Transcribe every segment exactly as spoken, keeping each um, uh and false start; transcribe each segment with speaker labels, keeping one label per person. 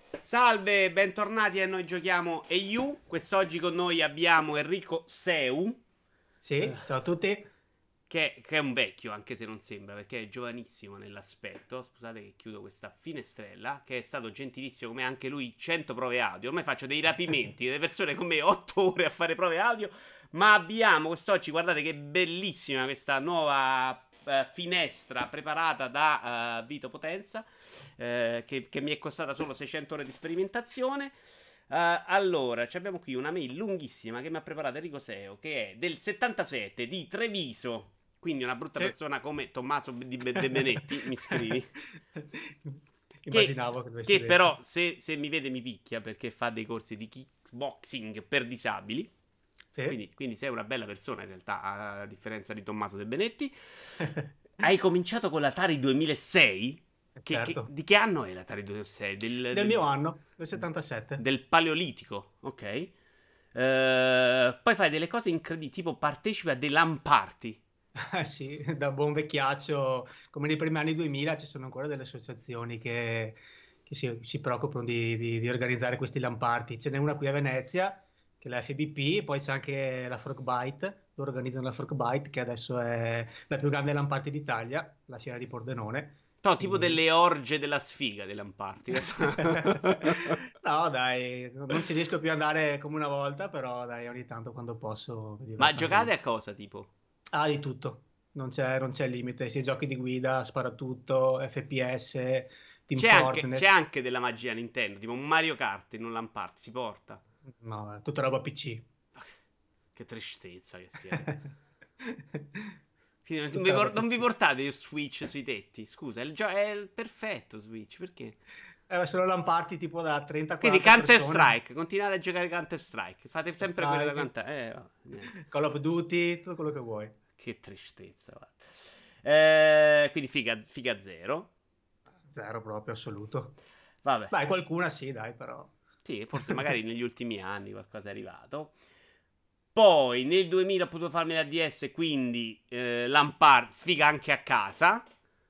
Speaker 1: Salve, bentornati a Noi Giochiamo e You. Quest'oggi con noi abbiamo Enrico Seu, eh,
Speaker 2: Sì, ciao a tutti.
Speaker 1: che, che è un vecchio, anche se non sembra, perché è giovanissimo nell'aspetto. Scusate che chiudo questa finestrella, che è stato gentilissimo come anche lui, cento prove audio. Ormai faccio dei rapimenti, delle persone come me, otto ore a fare prove audio, ma abbiamo quest'oggi, guardate che bellissima questa nuova eh, finestra preparata da eh, Vito Potenza, eh, che, che mi è costata solo seicento ore di sperimentazione. Uh, allora, ci abbiamo qui una mail lunghissima che mi ha preparato Enrico Seo, che è del settantasette di Treviso. Quindi una brutta
Speaker 2: Sì.
Speaker 1: persona come Tommaso Di Be- De Benetti, mi scrivi. Che,
Speaker 2: Immaginavo che dovessi
Speaker 1: che
Speaker 2: detto.
Speaker 1: però, se, se mi vede, mi picchia perché fa dei corsi di kickboxing per disabili.
Speaker 2: Sì,
Speaker 1: Quindi, quindi sei una bella persona in realtà, a differenza di Tommaso De Benetti. Hai cominciato con l'Atari duemilasei? Che, che-
Speaker 2: certo.
Speaker 1: di che anno è l'Atari duemilasei? Del,
Speaker 2: Del
Speaker 1: del-
Speaker 2: mio anno, del settantasette.
Speaker 1: del Paleolitico, ok? Eh, poi fai delle cose incredibili, tipo partecipa a dei LAN party.
Speaker 2: Eh sì, da buon vecchiaccio, come nei primi anni duemila ci sono ancora delle associazioni che, che si, si preoccupano di, di- di organizzare questi LAN party. Ce n'è una qui a Venezia, che è la F B P, poi c'è anche la Frostbite, loro organizzano la Frostbite, che adesso è la più grande LAN party d'Italia, la Fiera di Pordenone.
Speaker 1: No, tipo
Speaker 2: Quindi
Speaker 1: delle orge della sfiga dei LAN party.
Speaker 2: no, dai, non ci riesco più ad andare come una volta, però dai, ogni tanto quando posso mi
Speaker 1: Ma
Speaker 2: diverto anche
Speaker 1: giocate
Speaker 2: lì.
Speaker 1: a cosa, tipo?
Speaker 2: Ah, di tutto, non c'è non c'è limite, sia giochi di guida, sparatutto, F P S, Team
Speaker 1: C'è anche, c'è
Speaker 2: Fortress,
Speaker 1: anche della magia Nintendo, tipo un Mario Kart in un LAN party, si porta.
Speaker 2: no, tutta roba P C.
Speaker 1: Che tristezza che siete. Quindi Non vi,
Speaker 2: Tutta roba
Speaker 1: por- non vi
Speaker 2: P C.
Speaker 1: portate io Switch sui tetti? Scusa, il gioco è perfetto Switch, perché?
Speaker 2: Eh, sono LAN party tipo da
Speaker 1: Quindi
Speaker 2: trenta quaranta
Speaker 1: Counter
Speaker 2: persone,
Speaker 1: Strike, continuate a giocare Counter Strike, fate sempre quella da
Speaker 2: Strike,
Speaker 1: cantare. Eh, va, niente.
Speaker 2: Call of Duty, tutto quello che vuoi.
Speaker 1: Che tristezza, guarda. Eh, quindi figa, figa zero.
Speaker 2: Zero proprio, assoluto.
Speaker 1: Vabbè,
Speaker 2: Dai, qualcuna sì, dai, però.
Speaker 1: sì, forse magari negli ultimi anni qualcosa è arrivato. Poi nel duemila ho potuto farmi la D S, quindi eh, Lampard sfiga anche a casa.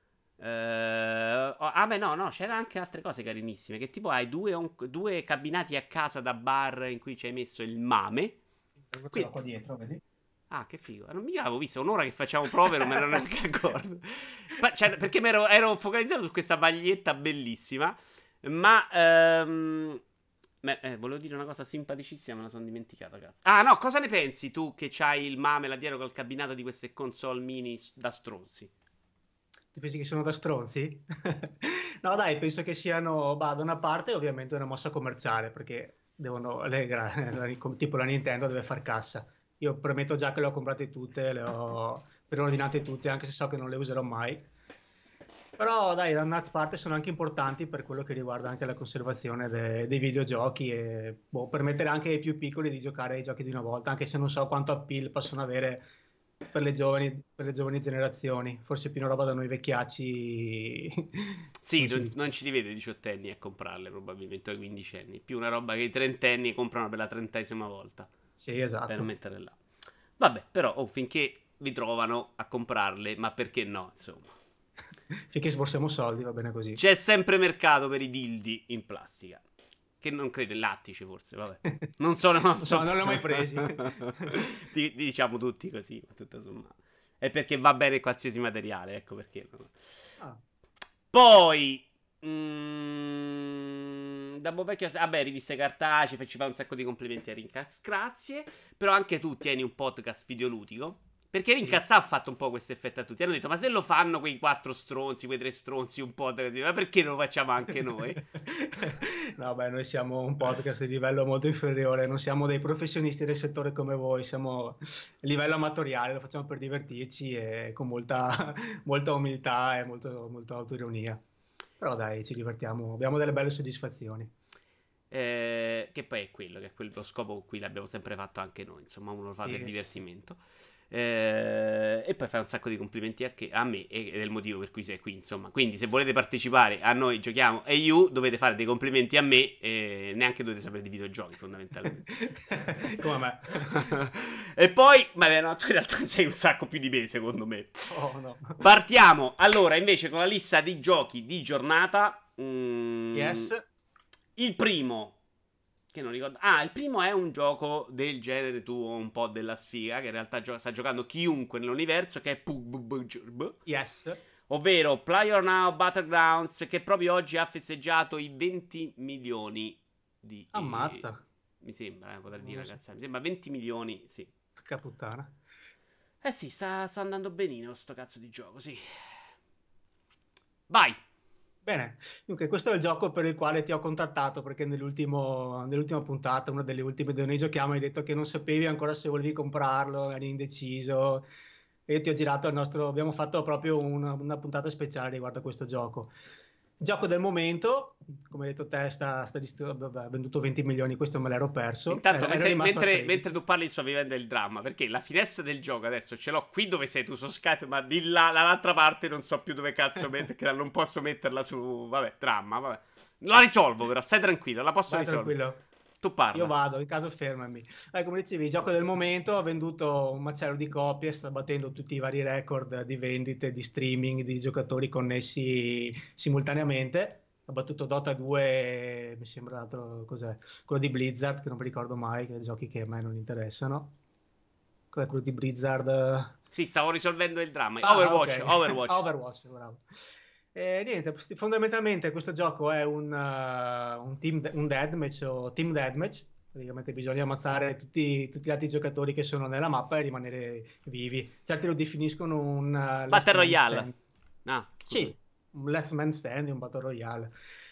Speaker 1: Eh, oh, ah, beh, no, no, c'erano anche altre cose carinissime. Che tipo hai due, on- due cabinati a casa da bar in cui ci hai messo il mame.
Speaker 2: Ce
Speaker 1: Quindi,
Speaker 2: l'ho qua dietro, vedi?
Speaker 1: ah, che figo. Non mi avevo visto un'ora che facciamo prove, non me ne ero neanche accorto. Ma, cioè, perché mi ero, ero focalizzato su questa maglietta bellissima. Ma, ehm, beh, eh, volevo dire una cosa simpaticissima, me la sono dimenticata, cazzo. Ah, no, cosa ne pensi tu che c'hai il mame là dietro col cabinato di queste console mini s- da stronzi?
Speaker 2: Tu pensi che sono da stronzi? No, dai, penso che siano, bah, da una parte ovviamente una mossa commerciale, perché devono, le gra- la- come- tipo la Nintendo deve far cassa. Io premetto già che le ho comprate tutte, le ho preordinate tutte, anche se so che non le userò mai. Però dai, da una parte sono anche importanti per quello che riguarda anche la conservazione de- dei videogiochi e boh, permettere anche ai più piccoli di giocare ai giochi di una volta, anche se non so quanto appeal possono avere per le giovani, per le giovani generazioni. Forse più una roba da noi vecchiacci
Speaker 1: Sì,
Speaker 2: non si
Speaker 1: non,
Speaker 2: dice.
Speaker 1: non ci rivede i diciottenni a comprarle, probabilmente, o i quindicenni. Più una roba che i trentenni comprano per la trentesima volta.
Speaker 2: Sì,
Speaker 1: Per
Speaker 2: esatto.
Speaker 1: mettere là. Vabbè, però, oh, finché vi trovano a comprarle, ma perché no, insomma.
Speaker 2: Finché sborsiamo soldi, va bene così.
Speaker 1: C'è sempre mercato per i dildi in plastica. Che non credo, in lattice forse, vabbè. Non sono, non
Speaker 2: Non
Speaker 1: so.
Speaker 2: so, non li ho mai presi.
Speaker 1: Di- diciamo tutti così, ma tutto sommato. È perché va bene qualsiasi materiale, ecco perché. No?
Speaker 2: Ah,
Speaker 1: Poi, mm, da buon vecchio, vabbè, riviste cartacee, ci fa un sacco di complimenti a Rincas, grazie. Però anche tu tieni un podcast videoludico. Perché
Speaker 2: sì.
Speaker 1: Rincas ha fatto un po' questo effetto a tutti. Hanno detto, ma se lo fanno quei quattro stronzi, quei tre stronzi, un podcast così, ma perché non lo facciamo anche noi?
Speaker 2: No, beh, noi siamo un podcast di livello molto inferiore, non siamo dei professionisti del settore come voi, siamo a livello amatoriale, lo facciamo per divertirci e con molta, molta umiltà e molto, molta autoironia. Però dai, ci divertiamo, abbiamo delle belle soddisfazioni.
Speaker 1: Eh, che poi è quello, che è quello lo scopo con cui l'abbiamo sempre fatto anche noi. Insomma, uno lo fa per
Speaker 2: Sì, sì, sì.
Speaker 1: divertimento. Eh, e poi fai un sacco di complimenti a, che- a me ed è il motivo per cui sei qui. Insomma, quindi se volete partecipare a noi giochiamo e you dovete fare dei complimenti a me e neanche dovete sapere di videogiochi, fondamentalmente.
Speaker 2: Come me.
Speaker 1: E poi, vabbè, no, tu in realtà sei un sacco più di me, secondo me.
Speaker 2: Oh no.
Speaker 1: Partiamo allora invece con la lista di giochi di giornata. Mm,
Speaker 2: Yes.
Speaker 1: Il primo, che non ricordo. Ah, il primo è un gioco del genere tu un po' della sfiga, che in realtà gio- sta giocando chiunque nell'universo, che è P U B G,
Speaker 2: Yes.
Speaker 1: ovvero PlayerUnknown's Battlegrounds, che proprio oggi ha festeggiato i venti milioni di... eh,
Speaker 2: Ammazza.
Speaker 1: mi sembra, eh, poter
Speaker 2: Non
Speaker 1: dire
Speaker 2: lo
Speaker 1: una
Speaker 2: so.
Speaker 1: cazzata. Mi sembra venti milioni, sì.
Speaker 2: Che puttana.
Speaker 1: Eh sì, sta, sta andando benino sto cazzo di gioco, sì. Vai!
Speaker 2: Bene, dunque questo è il gioco per il quale ti ho contattato perché nell'ultimo- nell'ultima puntata, una delle ultime dove noi giochiamo, hai detto che non sapevi ancora se volevi comprarlo, eri indeciso e io ti ho girato il nostro, abbiamo fatto proprio una, una puntata speciale riguardo a questo gioco. Gioco del momento, come hai detto te, sta, sta dist- vabbè, ha venduto venti milioni, questo me l'ero perso,
Speaker 1: Intanto,
Speaker 2: era, era
Speaker 1: mentre,
Speaker 2: rimasto a
Speaker 1: mentre- mentre
Speaker 2: tredici.
Speaker 1: tu parli, sto vivendo il dramma. Perché la finestra del gioco adesso ce l'ho qui dove sei tu su Skype, ma di là, dall'altra parte non so più dove cazzo mettere. Che non posso metterla su. Vabbè, dramma. Vabbè. La risolvo, però. Stai tranquillo, la posso
Speaker 2: Vai
Speaker 1: risolvere.
Speaker 2: tranquillo.
Speaker 1: Tu
Speaker 2: Io
Speaker 1: parla.
Speaker 2: vado, in caso fermami. Eh, come dicevi, il gioco del momento ha venduto un macello di copie, sta battendo tutti i vari record di vendite, di streaming, di giocatori connessi simultaneamente. Ha battuto Dota due, mi sembra l'altro, cos'è? Quello di Blizzard, che non mi ricordo mai, che giochi che a me non interessano. Cos'è quello di Blizzard?
Speaker 1: Sì, stavo risolvendo il dramma.
Speaker 2: Ah, ok.
Speaker 1: Overwatch, Overwatch.
Speaker 2: Overwatch, bravo. E niente, fondamentalmente questo gioco è un, uh, un team, un deathmatch o team deathmatch. Praticamente bisogna ammazzare tutti, tutti gli altri giocatori che sono nella mappa e rimanere vivi. Certi lo definiscono un uh, last
Speaker 1: Battle
Speaker 2: man
Speaker 1: Royale.
Speaker 2: stand.
Speaker 1: Ah, scusami.
Speaker 2: Sì, un last man stand, un battle royale.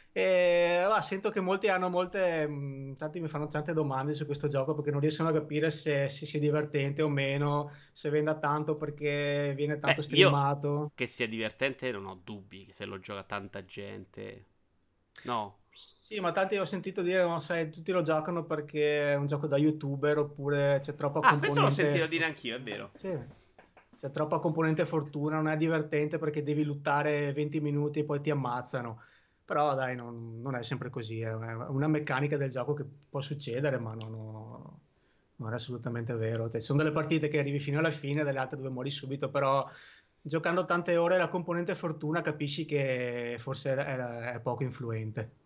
Speaker 2: E, va, sento che molti hanno molte, mh, tanti mi fanno tante domande su questo gioco perché non riescono a capire se, se sia divertente o meno, se venda tanto perché viene tanto
Speaker 1: Beh, io
Speaker 2: streamato.
Speaker 1: che sia divertente non ho dubbi. Che se lo gioca tanta gente. No.
Speaker 2: Sì, ma tanti ho sentito dire, no, sai, tutti lo giocano perché è un gioco da YouTuber oppure c'è troppa
Speaker 1: Ah, questo l'ho
Speaker 2: componente
Speaker 1: sentito dire anch'io, è
Speaker 2: fortuna.
Speaker 1: vero.
Speaker 2: Sì, c'è troppa componente fortuna, non è divertente perché devi lottare venti minuti e poi ti ammazzano. Però dai, non, non è sempre così, è una meccanica del gioco che può succedere, ma non, ho- non è assolutamente vero. Ci sono delle partite che arrivi fino alla fine, delle altre dove muori subito, però giocando tante ore la componente fortuna capisci che forse è, è poco influente.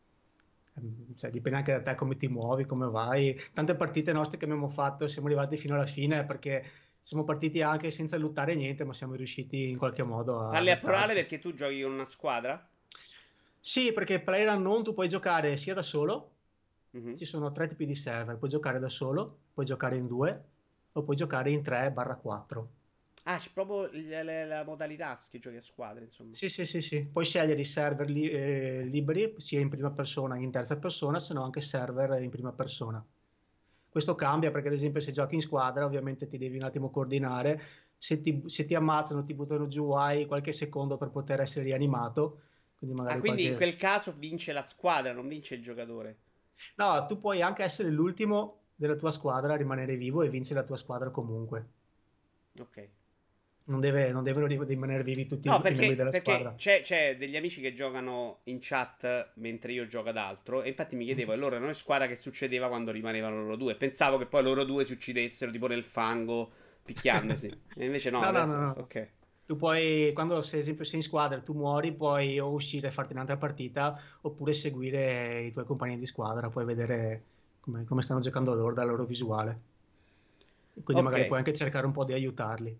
Speaker 2: Ehm, Cioè, dipende anche da te come ti muovi, come vai. Tante partite nostre che abbiamo fatto, siamo arrivati fino alla fine perché siamo partiti anche senza lottare niente, ma siamo riusciti in qualche modo a
Speaker 1: Parli a plurale
Speaker 2: adattarci.
Speaker 1: perché tu giochi con una squadra?
Speaker 2: Sì, perché PlayerUnknown tu puoi giocare sia da solo,
Speaker 1: Mhm.
Speaker 2: ci sono tre tipi di server, puoi giocare da solo, puoi giocare in due o puoi giocare in tre quattro.
Speaker 1: Ah, c'è proprio il- la, la modalità che giochi a squadre, insomma.
Speaker 2: Sì, sì, sì, sì. Puoi scegliere i server li- eh, liberi, sia in prima persona che in terza persona, se no anche server in prima persona. Questo cambia perché, ad esempio, se giochi in squadra, ovviamente ti devi un attimo coordinare. Se ti, se ti ammazzano, ti buttano giù, hai qualche secondo per poter essere rianimato. Quindi
Speaker 1: Ah,
Speaker 2: magari
Speaker 1: quindi in
Speaker 2: qualche...
Speaker 1: quel caso vince la squadra, non vince il giocatore.
Speaker 2: No, tu puoi anche essere l'ultimo della tua squadra a rimanere vivo e vincere la tua squadra comunque.
Speaker 1: Ok.
Speaker 2: Non deve- non devono ri- rimanere vivi tutti
Speaker 1: No,
Speaker 2: i membri
Speaker 1: perché,
Speaker 2: della
Speaker 1: perché
Speaker 2: squadra.
Speaker 1: c'è, c'è degli amici che giocano in chat mentre io gioco ad altro. E infatti mi chiedevo, allora noi squadra che succedeva quando rimanevano loro due? Pensavo che poi loro due si uccidessero tipo nel fango, picchiandosi. E invece no,
Speaker 2: No, no, no,
Speaker 1: adesso.
Speaker 2: no.
Speaker 1: Ok.
Speaker 2: Tu puoi, quando sei, ad esempio sei in squadra e tu muori, puoi o uscire e farti un'altra partita oppure seguire i tuoi compagni di squadra, puoi vedere come, come stanno giocando loro dal loro visuale. E quindi
Speaker 1: Ok.
Speaker 2: magari puoi anche cercare un po' di aiutarli.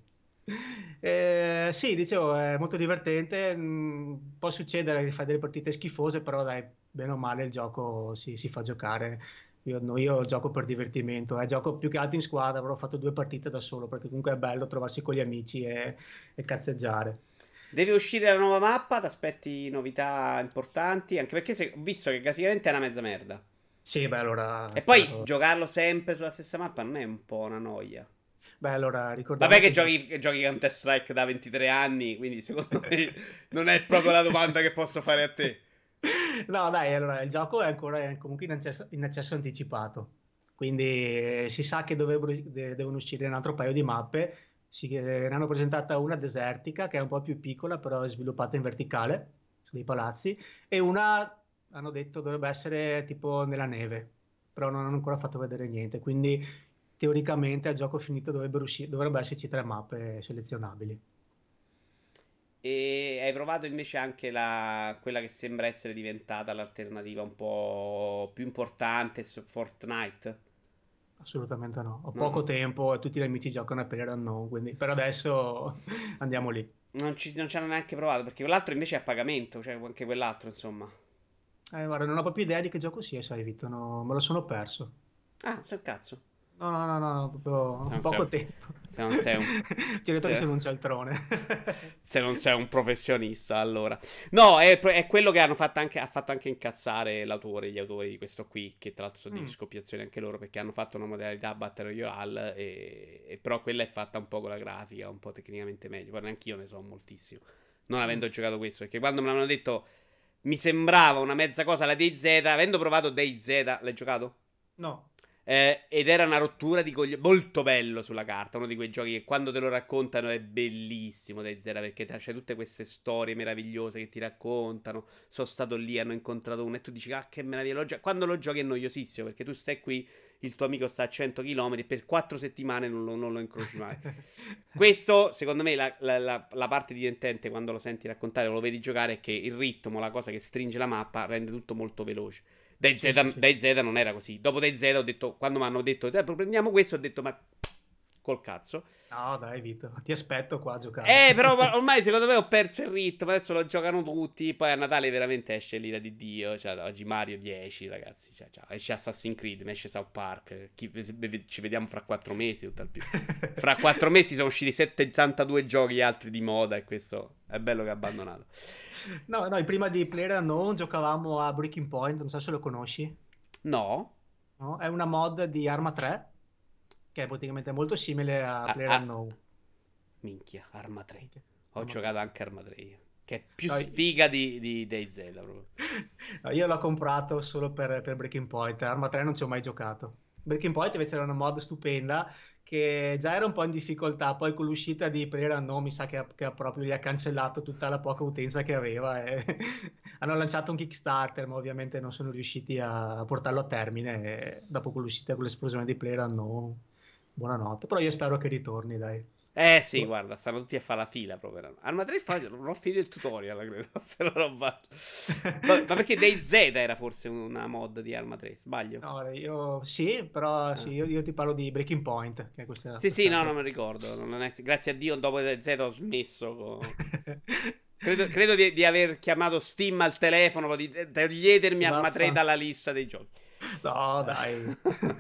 Speaker 2: Eh, sì, dicevo, è molto divertente. mh, Può succedere che fai delle partite schifose, però dai, bene o male il gioco si, si fa giocare. Io, no, io gioco per divertimento, eh, gioco più che altro in squadra, avrò fatto due partite da solo, perché comunque è bello trovarsi con gli amici e, e cazzeggiare.
Speaker 1: Deve uscire la nuova mappa, ti aspetti novità importanti, anche perché se, ho visto che graficamente è una mezza merda.
Speaker 2: Sì, beh, allora,
Speaker 1: E poi
Speaker 2: chiaro.
Speaker 1: giocarlo sempre sulla stessa mappa non è un po' una noia.
Speaker 2: Beh, allora
Speaker 1: Vabbè
Speaker 2: ricordiamo
Speaker 1: che
Speaker 2: che giochi.
Speaker 1: giochi, che giochi Counter-Strike da ventitré anni, quindi secondo me non è proprio la domanda che posso fare a te.
Speaker 2: No, dai, allora il gioco è ancora comunque in accesso, in accesso anticipato, quindi eh, si sa che dovrebbero- de- devono uscire un altro paio di mappe. Si, eh, ne hanno presentata una desertica che è un po' più piccola, però è sviluppata in verticale su dei palazzi, e una hanno detto dovrebbe essere tipo nella neve, però non hanno ancora fatto vedere niente. Quindi teoricamente al gioco finito dovrebbero usci- dovrebbe esserci tre mappe selezionabili.
Speaker 1: E hai provato invece anche la, quella che sembra essere diventata l'alternativa un po' più importante su Fortnite?
Speaker 2: Assolutamente no. Ho
Speaker 1: No,
Speaker 2: poco
Speaker 1: no.
Speaker 2: tempo e tutti gli amici giocano a PlayerUnknown, quindi per adesso andiamo lì.
Speaker 1: Non ci, non ci hanno neanche provato perché quell'altro invece è a pagamento, cioè anche quell'altro, insomma.
Speaker 2: Eh, guarda, non ho proprio idea di che gioco sia, sai, Vito, no, me lo sono perso.
Speaker 1: Ah, sul cazzo.
Speaker 2: No, no, no, no, no,
Speaker 1: Se
Speaker 2: proprio
Speaker 1: non sei
Speaker 2: poco
Speaker 1: un,
Speaker 2: tempo.
Speaker 1: se non sei un,
Speaker 2: Ti ho detto che
Speaker 1: se,
Speaker 2: sono un cialtrone.
Speaker 1: se non sei un professionista, allora. No, è, è quello che hanno fatto anche, ha fatto anche incazzare l'autore, gli autori di questo qui, che tra l'altro sono di
Speaker 2: Mm,
Speaker 1: scoppiazione anche loro, perché hanno fatto una modalità Battle Royale, e, e però quella è fatta un po' con la grafica, un po' tecnicamente meglio. Poi neanche io ne so moltissimo, non
Speaker 2: mm,
Speaker 1: avendo giocato questo, perché quando me l'hanno detto mi sembrava una mezza cosa la DayZ, avendo provato DayZ, l'hai giocato?
Speaker 2: no.
Speaker 1: Eh, ed era una rottura di coglioni. Molto bello sulla carta. Uno di quei giochi che quando te lo raccontano è bellissimo dai zero. Perché c'è tutte queste storie meravigliose che ti raccontano. Sono stato lì, hanno incontrato uno. E tu dici, ah, che meraviglia. Lo gio-". Quando lo giochi è noiosissimo. Perché tu stai qui, il tuo amico sta a cento chilometri. Per quattro settimane non lo, non lo incroci mai. Questo, secondo me, la, la, la, la parte divertente quando lo senti raccontare o lo vedi giocare è che il ritmo, la cosa che stringe la mappa, rende tutto molto veloce.
Speaker 2: Sì, sì,
Speaker 1: DayZ,
Speaker 2: sì, sì.
Speaker 1: DayZ non era così. Dopo DayZ ho detto, quando mi hanno detto, "Eh, prendiamo questo", ho detto, ma col cazzo.
Speaker 2: No, dai, Vito, ti aspetto qua a giocare.
Speaker 1: Eh, però ormai secondo me ho perso il ritmo. Adesso lo giocano tutti. Poi a Natale veramente esce l'ira di Dio. Cioè, oggi Mario dieci, ragazzi. Cioè, cioè, esce Assassin's Creed, ne esce South Park. Chi- ci vediamo fra quattro mesi, tutto al più. Fra quattro mesi sono usciti settantadue giochi altri di moda. E questo è bello che ha abbandonato.
Speaker 2: No, noi prima di PlayerUnknown giocavamo a Breaking Point, non so se lo conosci,
Speaker 1: No?
Speaker 2: no? È una mod di Arma tre, che è praticamente molto simile a
Speaker 1: Ah, ah,
Speaker 2: PlayerUnknown.
Speaker 1: minchia, Arma tre.
Speaker 2: Minchia,
Speaker 1: Ho
Speaker 2: Arma tre.
Speaker 1: giocato anche Arma tre io. Che è più
Speaker 2: No,
Speaker 1: sfiga di, di DayZ proprio.
Speaker 2: no, io l'ho comprato solo per, per Breaking Point, Arma tre non ci ho mai giocato. Breaking Point invece era una mod stupenda che già era un po' in difficoltà, poi con l'uscita di PlayerUnknown mi sa che, ha- che ha proprio gli ha cancellato tutta la poca utenza che aveva e hanno lanciato un Kickstarter, ma ovviamente non sono riusciti a, a portarlo a termine e dopo con l'uscita, con l'esplosione di PlayerUnknown, buonanotte. Però io spero che ritorni, dai.
Speaker 1: Eh sì, guarda, stanno tutti a fare la fila proprio. Arma tre fa... non ho finito il tutorial, credo. Se non ho fatto. Ma, ma perché DayZ era forse una mod di Arma tre? Sbaglio?
Speaker 2: No, io sì, però sì,
Speaker 1: Ah.
Speaker 2: io, io ti parlo di Breaking Point, che è questa,
Speaker 1: Sì, sì,
Speaker 2: questa
Speaker 1: no,
Speaker 2: che...
Speaker 1: non me lo ricordo. Non è... Grazie a Dio, dopo DayZ ho smesso. con- Credo, credo di, di aver chiamato Steam al telefono di togliedermi Arma tre
Speaker 2: Vaffa.
Speaker 1: dalla lista dei giochi.
Speaker 2: No, dai.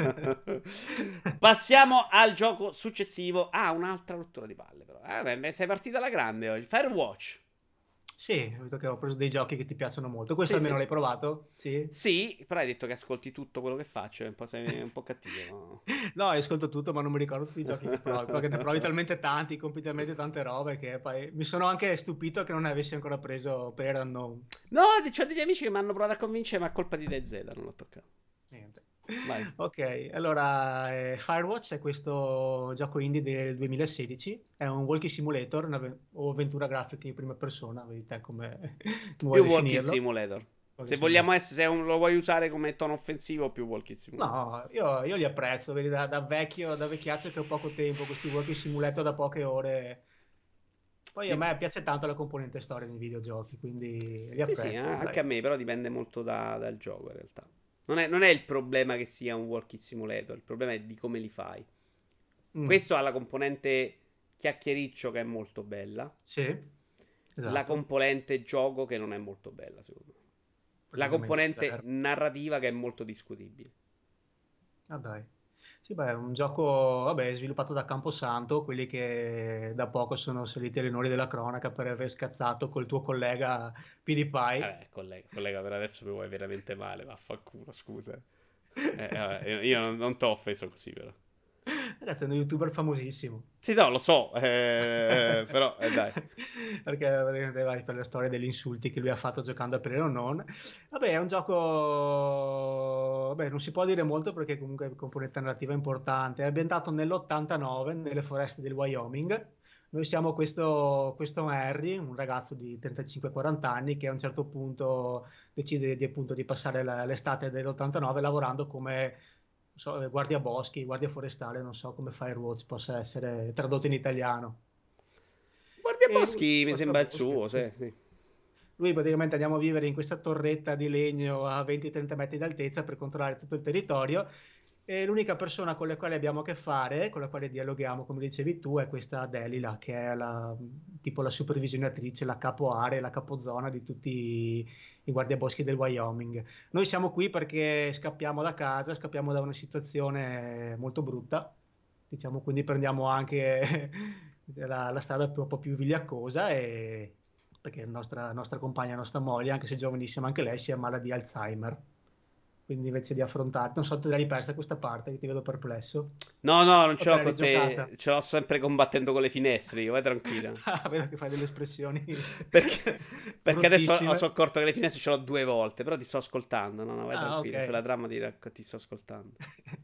Speaker 1: Passiamo al gioco successivo. Ah, un'altra rottura di palle, però. Eh, beh, sei partita alla grande oggi. Firewatch.
Speaker 2: Sì, ho visto che ho preso dei giochi che ti piacciono molto. Questo
Speaker 1: Sì,
Speaker 2: almeno
Speaker 1: sì.
Speaker 2: l'hai provato? Sì.
Speaker 1: Sì, però hai detto che ascolti tutto quello che faccio. È un po', sei un po' cattivo.
Speaker 2: No, ascolto tutto, ma non mi ricordo tutti i giochi che provi, perché ne provi talmente tanti, compri talmente tante robe che poi mi sono anche stupito che non ne avessi ancora preso per Unknown.
Speaker 1: No, c'ho degli amici che mi hanno provato a convincere, ma a colpa di DayZ non l'ho toccato.
Speaker 2: Niente.
Speaker 1: Vai.
Speaker 2: Ok, allora eh, Firewatch è questo gioco indie del duemilasedici, è un walkie simulator una ve- o avventura grafica in prima persona, vedi te come come vuoi
Speaker 1: Più Walking
Speaker 2: definirlo.
Speaker 1: Simulator.
Speaker 2: Walkie
Speaker 1: Se vogliamo
Speaker 2: simulator.
Speaker 1: essere, se un- lo vuoi usare come tono offensivo, più Walking Simulator.
Speaker 2: No, io, io li apprezzo, vedi, da, da vecchio, da vecchiaccio che ho poco tempo, questi walkie simulator da poche ore. Poi a
Speaker 1: Di-
Speaker 2: me piace tanto la componente storia nei videogiochi, quindi li
Speaker 1: Sì, sì, eh,
Speaker 2: apprezzo,
Speaker 1: anche
Speaker 2: dai.
Speaker 1: a me, però dipende molto da- dal gioco in realtà. Non è, non è il problema che sia un walking simulator, il problema è di come li fai.
Speaker 2: Mm,
Speaker 1: Questo ha la componente chiacchiericcio che è molto bella,
Speaker 2: sì,
Speaker 1: la
Speaker 2: esatto,
Speaker 1: componente gioco che non è molto bella, secondo me. La
Speaker 2: praticamente
Speaker 1: componente
Speaker 2: zero.
Speaker 1: narrativa che è molto discutibile.
Speaker 2: Ah dai. Sì, beh, è un gioco, vabbè, sviluppato da Camposanto, quelli che da poco sono saliti agli onori della cronaca per aver scazzato col tuo collega PewDiePie.
Speaker 1: Vabbè, collega, collega, per adesso mi vuoi veramente male, vaffanculo, scusa. Eh, eh, vabbè, io io non, non t'ho offeso così, però.
Speaker 2: Ragazzi, è uno youtuber famosissimo.
Speaker 1: Sì, no, lo so, eh, però eh, dai.
Speaker 2: Perché praticamente vai per la storia degli insulti che lui ha fatto giocando a Player non. Vabbè, è un gioco. Vabbè, non si può dire molto perché comunque è componente narrativa importante. È ambientato nell'ottantanove, nelle foreste del Wyoming. Noi siamo questo, questo Harry, un ragazzo di trentacinque quaranta anni che a un certo punto decide di, appunto, di passare la- l'estate dell'ottantanove lavorando come non so, guardia boschi, guardia forestale, non so come Firewatch possa essere tradotto in italiano. E lui,
Speaker 1: Guardiaboschi mi sembra il
Speaker 2: Guardiaboschi,
Speaker 1: suo,
Speaker 2: sì.
Speaker 1: sì, sì.
Speaker 2: Lui praticamente andiamo a vivere in questa torretta di legno a venti trenta metri d'altezza per controllare tutto il territorio e l'unica persona con la quale abbiamo a che fare, con la quale dialoghiamo, come dicevi tu, è questa Delila, che è la, tipo la supervisionatrice, la capo area, la capozona di tutti i, i guardiaboschi del Wyoming. Noi siamo qui perché scappiamo da casa, scappiamo da una situazione molto brutta, diciamo, quindi prendiamo anche la, la strada un po' più vigliaccosa e perché la nostra, nostra compagna, nostra moglie, anche se giovanissima anche lei, si ammala di Alzheimer. Quindi invece di affrontare, non so, te l'hai persa questa parte, che ti vedo perplesso.
Speaker 1: No, no, non
Speaker 2: O
Speaker 1: ce
Speaker 2: te
Speaker 1: l'ho
Speaker 2: l'hai
Speaker 1: con te.
Speaker 2: rigiocata?
Speaker 1: Ce l'ho sempre combattendo con le finestre. Io, vai tranquilla.
Speaker 2: Ah, vedo che fai delle espressioni
Speaker 1: Perché, perché adesso ho
Speaker 2: bruttissime.
Speaker 1: sono accorto che le finestre ce l'ho due volte. Però ti sto ascoltando. No, no, vai
Speaker 2: Ah, ok.
Speaker 1: tranquilla. Fai la dramma di racco- ti sto ascoltando.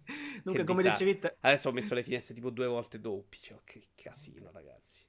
Speaker 1: Che
Speaker 2: Dunque, come
Speaker 1: disastro.
Speaker 2: dicevi te...
Speaker 1: Adesso ho messo le finestre tipo due volte doppi. Cioè, che casino, ragazzi.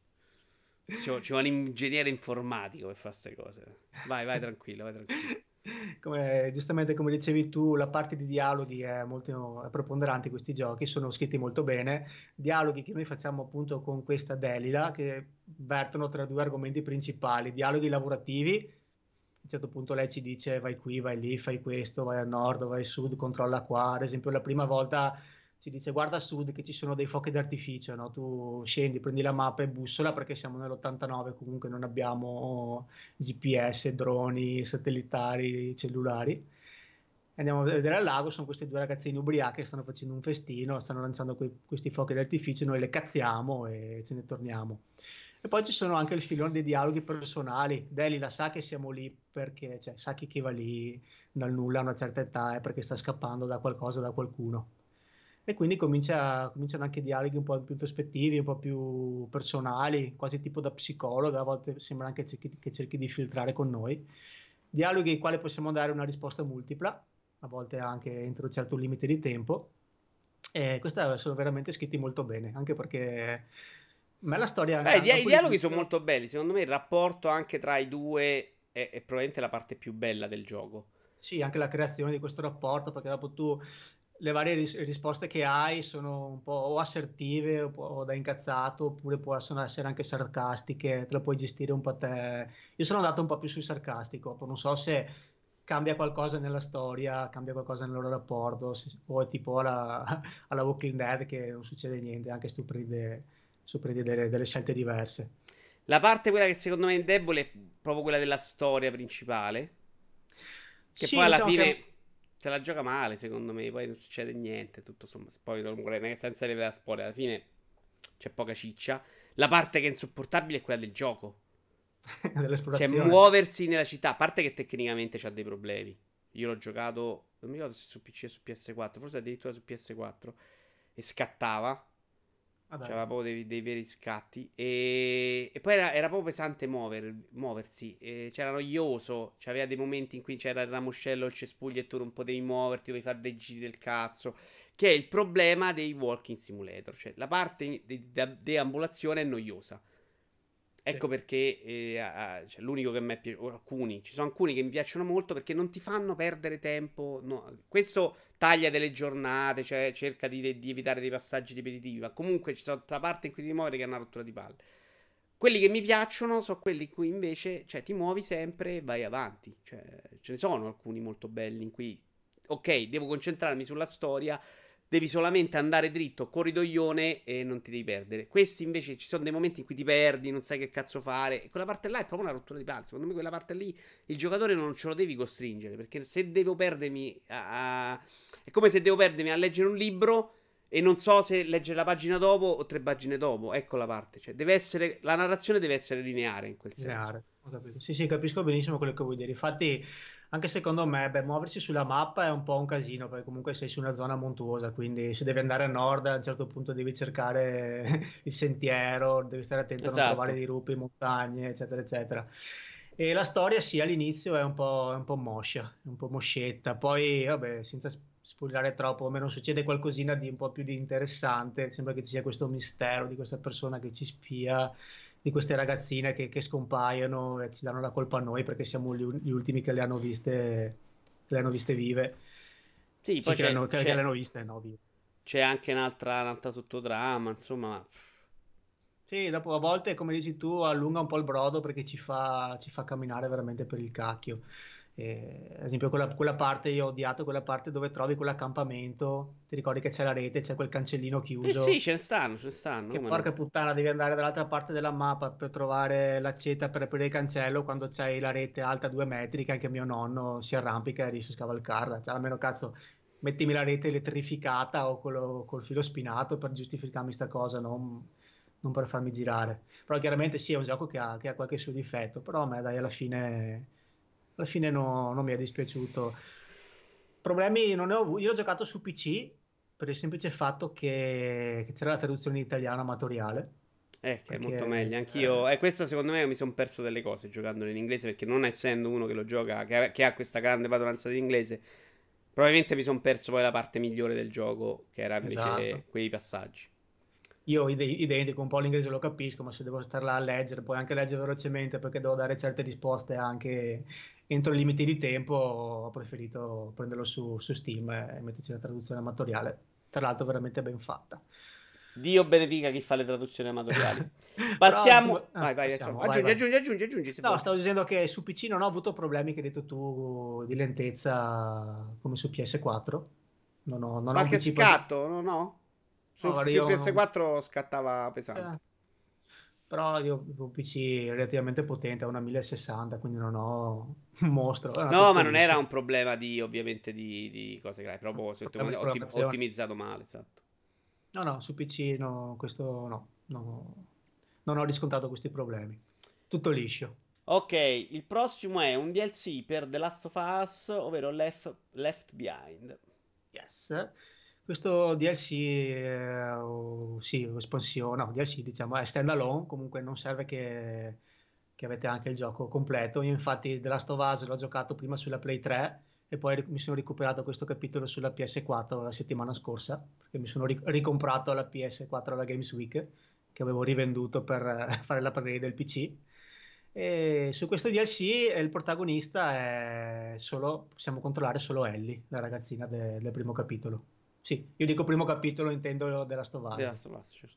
Speaker 1: Ci vuole ci vuole un ingegnere informatico per fare queste cose. Vai, vai tranquilla, vai tranquilla.
Speaker 2: Come, giustamente come dicevi tu, la parte di dialoghi è molto è preponderante in questi giochi, sono scritti molto bene. Dialoghi che noi facciamo appunto con questa Delila, che vertono tra due argomenti principali, dialoghi lavorativi. A un certo punto lei ci dice vai qui, vai lì, fai questo, vai a nord, vai a sud, controlla qua. Ad esempio, la prima volta ci dice guarda a sud che ci sono dei fuochi d'artificio, no? Tu scendi, prendi la mappa e bussola perché siamo nell'ottantanove, comunque non abbiamo G P S, droni, satellitari, cellulari. Andiamo a vedere al lago, sono queste due ragazzine ubriache che stanno facendo un festino, stanno lanciando que- questi fuochi d'artificio, noi le cazziamo e ce ne torniamo. E poi ci sono anche il filone dei dialoghi personali. Deli la sa che siamo lì perché, cioè, sa che chi va lì dal nulla a una certa età è perché sta scappando da qualcosa, da qualcuno. E quindi comincia, cominciano anche dialoghi un po' più introspettivi, un po' più personali, quasi tipo da psicologa, a volte sembra anche cerchi- che cerchi di filtrare con noi. Dialoghi ai quali possiamo dare una risposta multipla, a volte anche entro un certo limite di tempo. E questi sono veramente scritti molto bene, anche perché a me la
Speaker 1: Beh, i,
Speaker 2: storia,
Speaker 1: dia- i
Speaker 2: dopo
Speaker 1: dialoghi sono
Speaker 2: l'inizio,
Speaker 1: molto belli. Secondo me il rapporto anche tra i due è, è probabilmente la parte più bella del gioco.
Speaker 2: sì, anche la creazione di questo rapporto, perché dopo tu le varie ris- risposte che hai sono un po' o assertive o, po- o da incazzato, oppure possono essere anche sarcastiche, te la puoi gestire un po' a te. Io sono andato un po' più sul sarcastico, poi non so se cambia qualcosa nella storia, cambia qualcosa nel loro rapporto, se- o è tipo alla, alla Walking Dead che non succede niente, anche se tu prendi, de- se prendi delle, delle scelte diverse.
Speaker 1: La parte quella che secondo me è debole è proprio quella della storia principale. Che
Speaker 2: Sì,
Speaker 1: poi alla
Speaker 2: diciamo che
Speaker 1: fine se la gioca male, secondo me. Poi non succede niente. Tutto insomma, se poi non vuole senza arrivare a spoiler. Alla fine c'è poca ciccia. La parte che è insopportabile è quella del gioco. Cioè,
Speaker 2: dell'esplorazione.
Speaker 1: muoversi nella città. A parte che tecnicamente c'ha dei problemi. Io l'ho giocato. Non mi ricordo se su P C o su P S quattro. Forse addirittura su P S quattro. E scattava.
Speaker 2: Ah, dai.
Speaker 1: C'aveva proprio dei, dei veri scatti. E, e poi era, era proprio pesante muover- muoversi. E c'era noioso. C'aveva dei momenti in cui c'era il ramoscello, il cespuglio e tu non potevi muoverti, dovevi fare dei giri del cazzo. Che è il problema dei walking simulator. Cioè, la parte di de- deambulazione è noiosa.
Speaker 2: Sì.
Speaker 1: Ecco perché eh, ah, cioè, l'unico che a me piace, o alcuni, ci sono alcuni che mi piacciono molto perché non ti fanno perdere tempo. No. Questo taglia delle giornate, cioè cerca di, di evitare dei passaggi ripetitivi, ma comunque ci sono tutta la parte in cui ti muovi che è una rottura di palle. Quelli che mi piacciono sono quelli in cui invece, cioè, ti muovi sempre e vai avanti. Cioè, ce ne sono alcuni molto belli in cui, ok, devo concentrarmi sulla storia, devi solamente andare dritto, corridoione e non ti devi perdere. Questi invece ci sono dei momenti in cui ti perdi, non sai che cazzo fare. E quella parte là è proprio una rottura di palle. Secondo me quella parte lì il giocatore non ce lo devi costringere, perché se devo perdermi a... a- è come se devo perdermi a leggere un libro e non so se leggere la pagina dopo o tre pagine dopo. Ecco la parte. Cioè, deve essere... La narrazione deve essere lineare in quel senso.
Speaker 2: Lineare, ho capito. Sì, sì, capisco benissimo quello che vuoi dire. Infatti, anche secondo me, beh, muoversi sulla mappa è un po' un casino, perché comunque sei su una zona montuosa, quindi se devi andare a nord, a un certo punto devi cercare il sentiero, devi stare attento a non trovare
Speaker 1: Esatto.
Speaker 2: dei rupi, montagne, eccetera, eccetera. E la storia, sì, all'inizio è un po', è un po' moscia, è un po' moscetta. Poi, vabbè, senza sp- spoilerare troppo, almeno succede qualcosina di un po' più di interessante. Sembra che ci sia questo mistero di questa persona che ci spia di queste ragazzine che, che scompaiono e ci danno la colpa a noi perché siamo gli, gli ultimi che le hanno viste, che le hanno viste vive.
Speaker 1: Sì,
Speaker 2: Sì,
Speaker 1: poi
Speaker 2: che le
Speaker 1: c'è,
Speaker 2: hanno, che, che le
Speaker 1: c'è,
Speaker 2: hanno viste, no, vive.
Speaker 1: c'è anche un'altra, un'altra sottotrama, insomma.
Speaker 2: Sì, dopo a volte, come dici tu, allunga un po' il brodo perché ci fa, ci fa camminare veramente per il cacchio. Eh, ad esempio, quella, quella parte, io ho odiato quella parte dove trovi quell'accampamento, ti ricordi che c'è la rete, c'è quel cancellino
Speaker 1: Eh sì,
Speaker 2: chiuso,
Speaker 1: ce ne stanno, ce ne stanno,
Speaker 2: che
Speaker 1: come no?
Speaker 2: porca puttana, devi andare dall'altra parte della mappa per trovare l'accetta per aprire il cancello quando c'hai la rete alta due metri, che anche mio nonno si arrampica e riesce a scavalcarla. Cioè, almeno cazzo, mettimi la rete elettrificata o quello- col filo spinato per giustificarmi sta cosa, non, non per farmi girare. Però chiaramente sì, è un gioco che ha, che ha qualche suo difetto, però a me dai, alla fine, alla fine no- non mi è dispiaciuto. Problemi non ne ho avuti. Io ho giocato su P C per il semplice fatto che, che c'era la traduzione in italiano amatoriale,
Speaker 1: Eh, che è molto
Speaker 2: perché
Speaker 1: meglio.
Speaker 2: eh,
Speaker 1: Anch'io. E questo secondo me mi sono perso delle cose giocandolo in inglese. Perché non essendo uno che lo gioca, che ha, che ha questa grande padronanza di inglese, probabilmente mi sono perso poi la parte migliore del gioco, che era invece
Speaker 2: esatto.
Speaker 1: quei passaggi.
Speaker 2: Io ide- identico, un po' l'inglese lo capisco, ma se devo stare là a leggere, poi anche leggere velocemente perché devo dare certe risposte anche entro i limiti di tempo, ho preferito prenderlo su, su Steam e metterci la traduzione amatoriale. Tra l'altro veramente ben fatta.
Speaker 1: Dio benedica chi fa le traduzioni amatoriali.
Speaker 2: Però
Speaker 1: Passiamo.
Speaker 2: insomma,
Speaker 1: Vai,
Speaker 2: ah,
Speaker 1: vai, adesso.
Speaker 2: passiamo, vai,
Speaker 1: Aggiungi,
Speaker 2: vai.
Speaker 1: aggiungi, aggiungi, aggiungi se
Speaker 2: No,
Speaker 1: vuoi.
Speaker 2: stavo dicendo che su P C non ho avuto problemi che hai detto tu di lentezza come su P S quattro. Non ho, non ho un
Speaker 1: Qualche
Speaker 2: P C parti-
Speaker 1: scatto? No, no. Su
Speaker 2: no, guarda,
Speaker 1: P-
Speaker 2: io non-
Speaker 1: P S quattro scattava
Speaker 2: eh,
Speaker 1: pesante.
Speaker 2: però io ho un P C relativamente potente, ho una mille sessanta, quindi non ho un mostro, è andato
Speaker 1: No, ma
Speaker 2: tutto
Speaker 1: non era
Speaker 2: liscio.
Speaker 1: un problema di, ovviamente, di, di cose gravi. Proprio se
Speaker 2: Problema di
Speaker 1: ottim-
Speaker 2: programmazione.
Speaker 1: ottimizzato male, esatto.
Speaker 2: No, no, su P C no, questo no, no, non ho riscontrato questi problemi. Tutto liscio.
Speaker 1: Ok, il prossimo è un D L C per The Last of Us, ovvero Left, Left Behind.
Speaker 2: Yes. Questo D L C, eh, o- sì, o espansione, no, D L C diciamo è stand alone, comunque non serve che, che avete anche il gioco completo. Io infatti The Last of Us l'ho giocato prima sulla Play tre e poi ri- mi sono recuperato questo capitolo sulla P S quattro la settimana scorsa, perché mi sono ri- ricomprato la P S quattro alla Games Week, che avevo rivenduto per eh, fare l'upgrade del P C. E su questo D L C il protagonista è solo, possiamo controllare solo Ellie, la ragazzina de- del primo capitolo. Sì, io dico primo capitolo, intendo della
Speaker 1: The
Speaker 2: Stovaz.
Speaker 1: Last of Us, certo.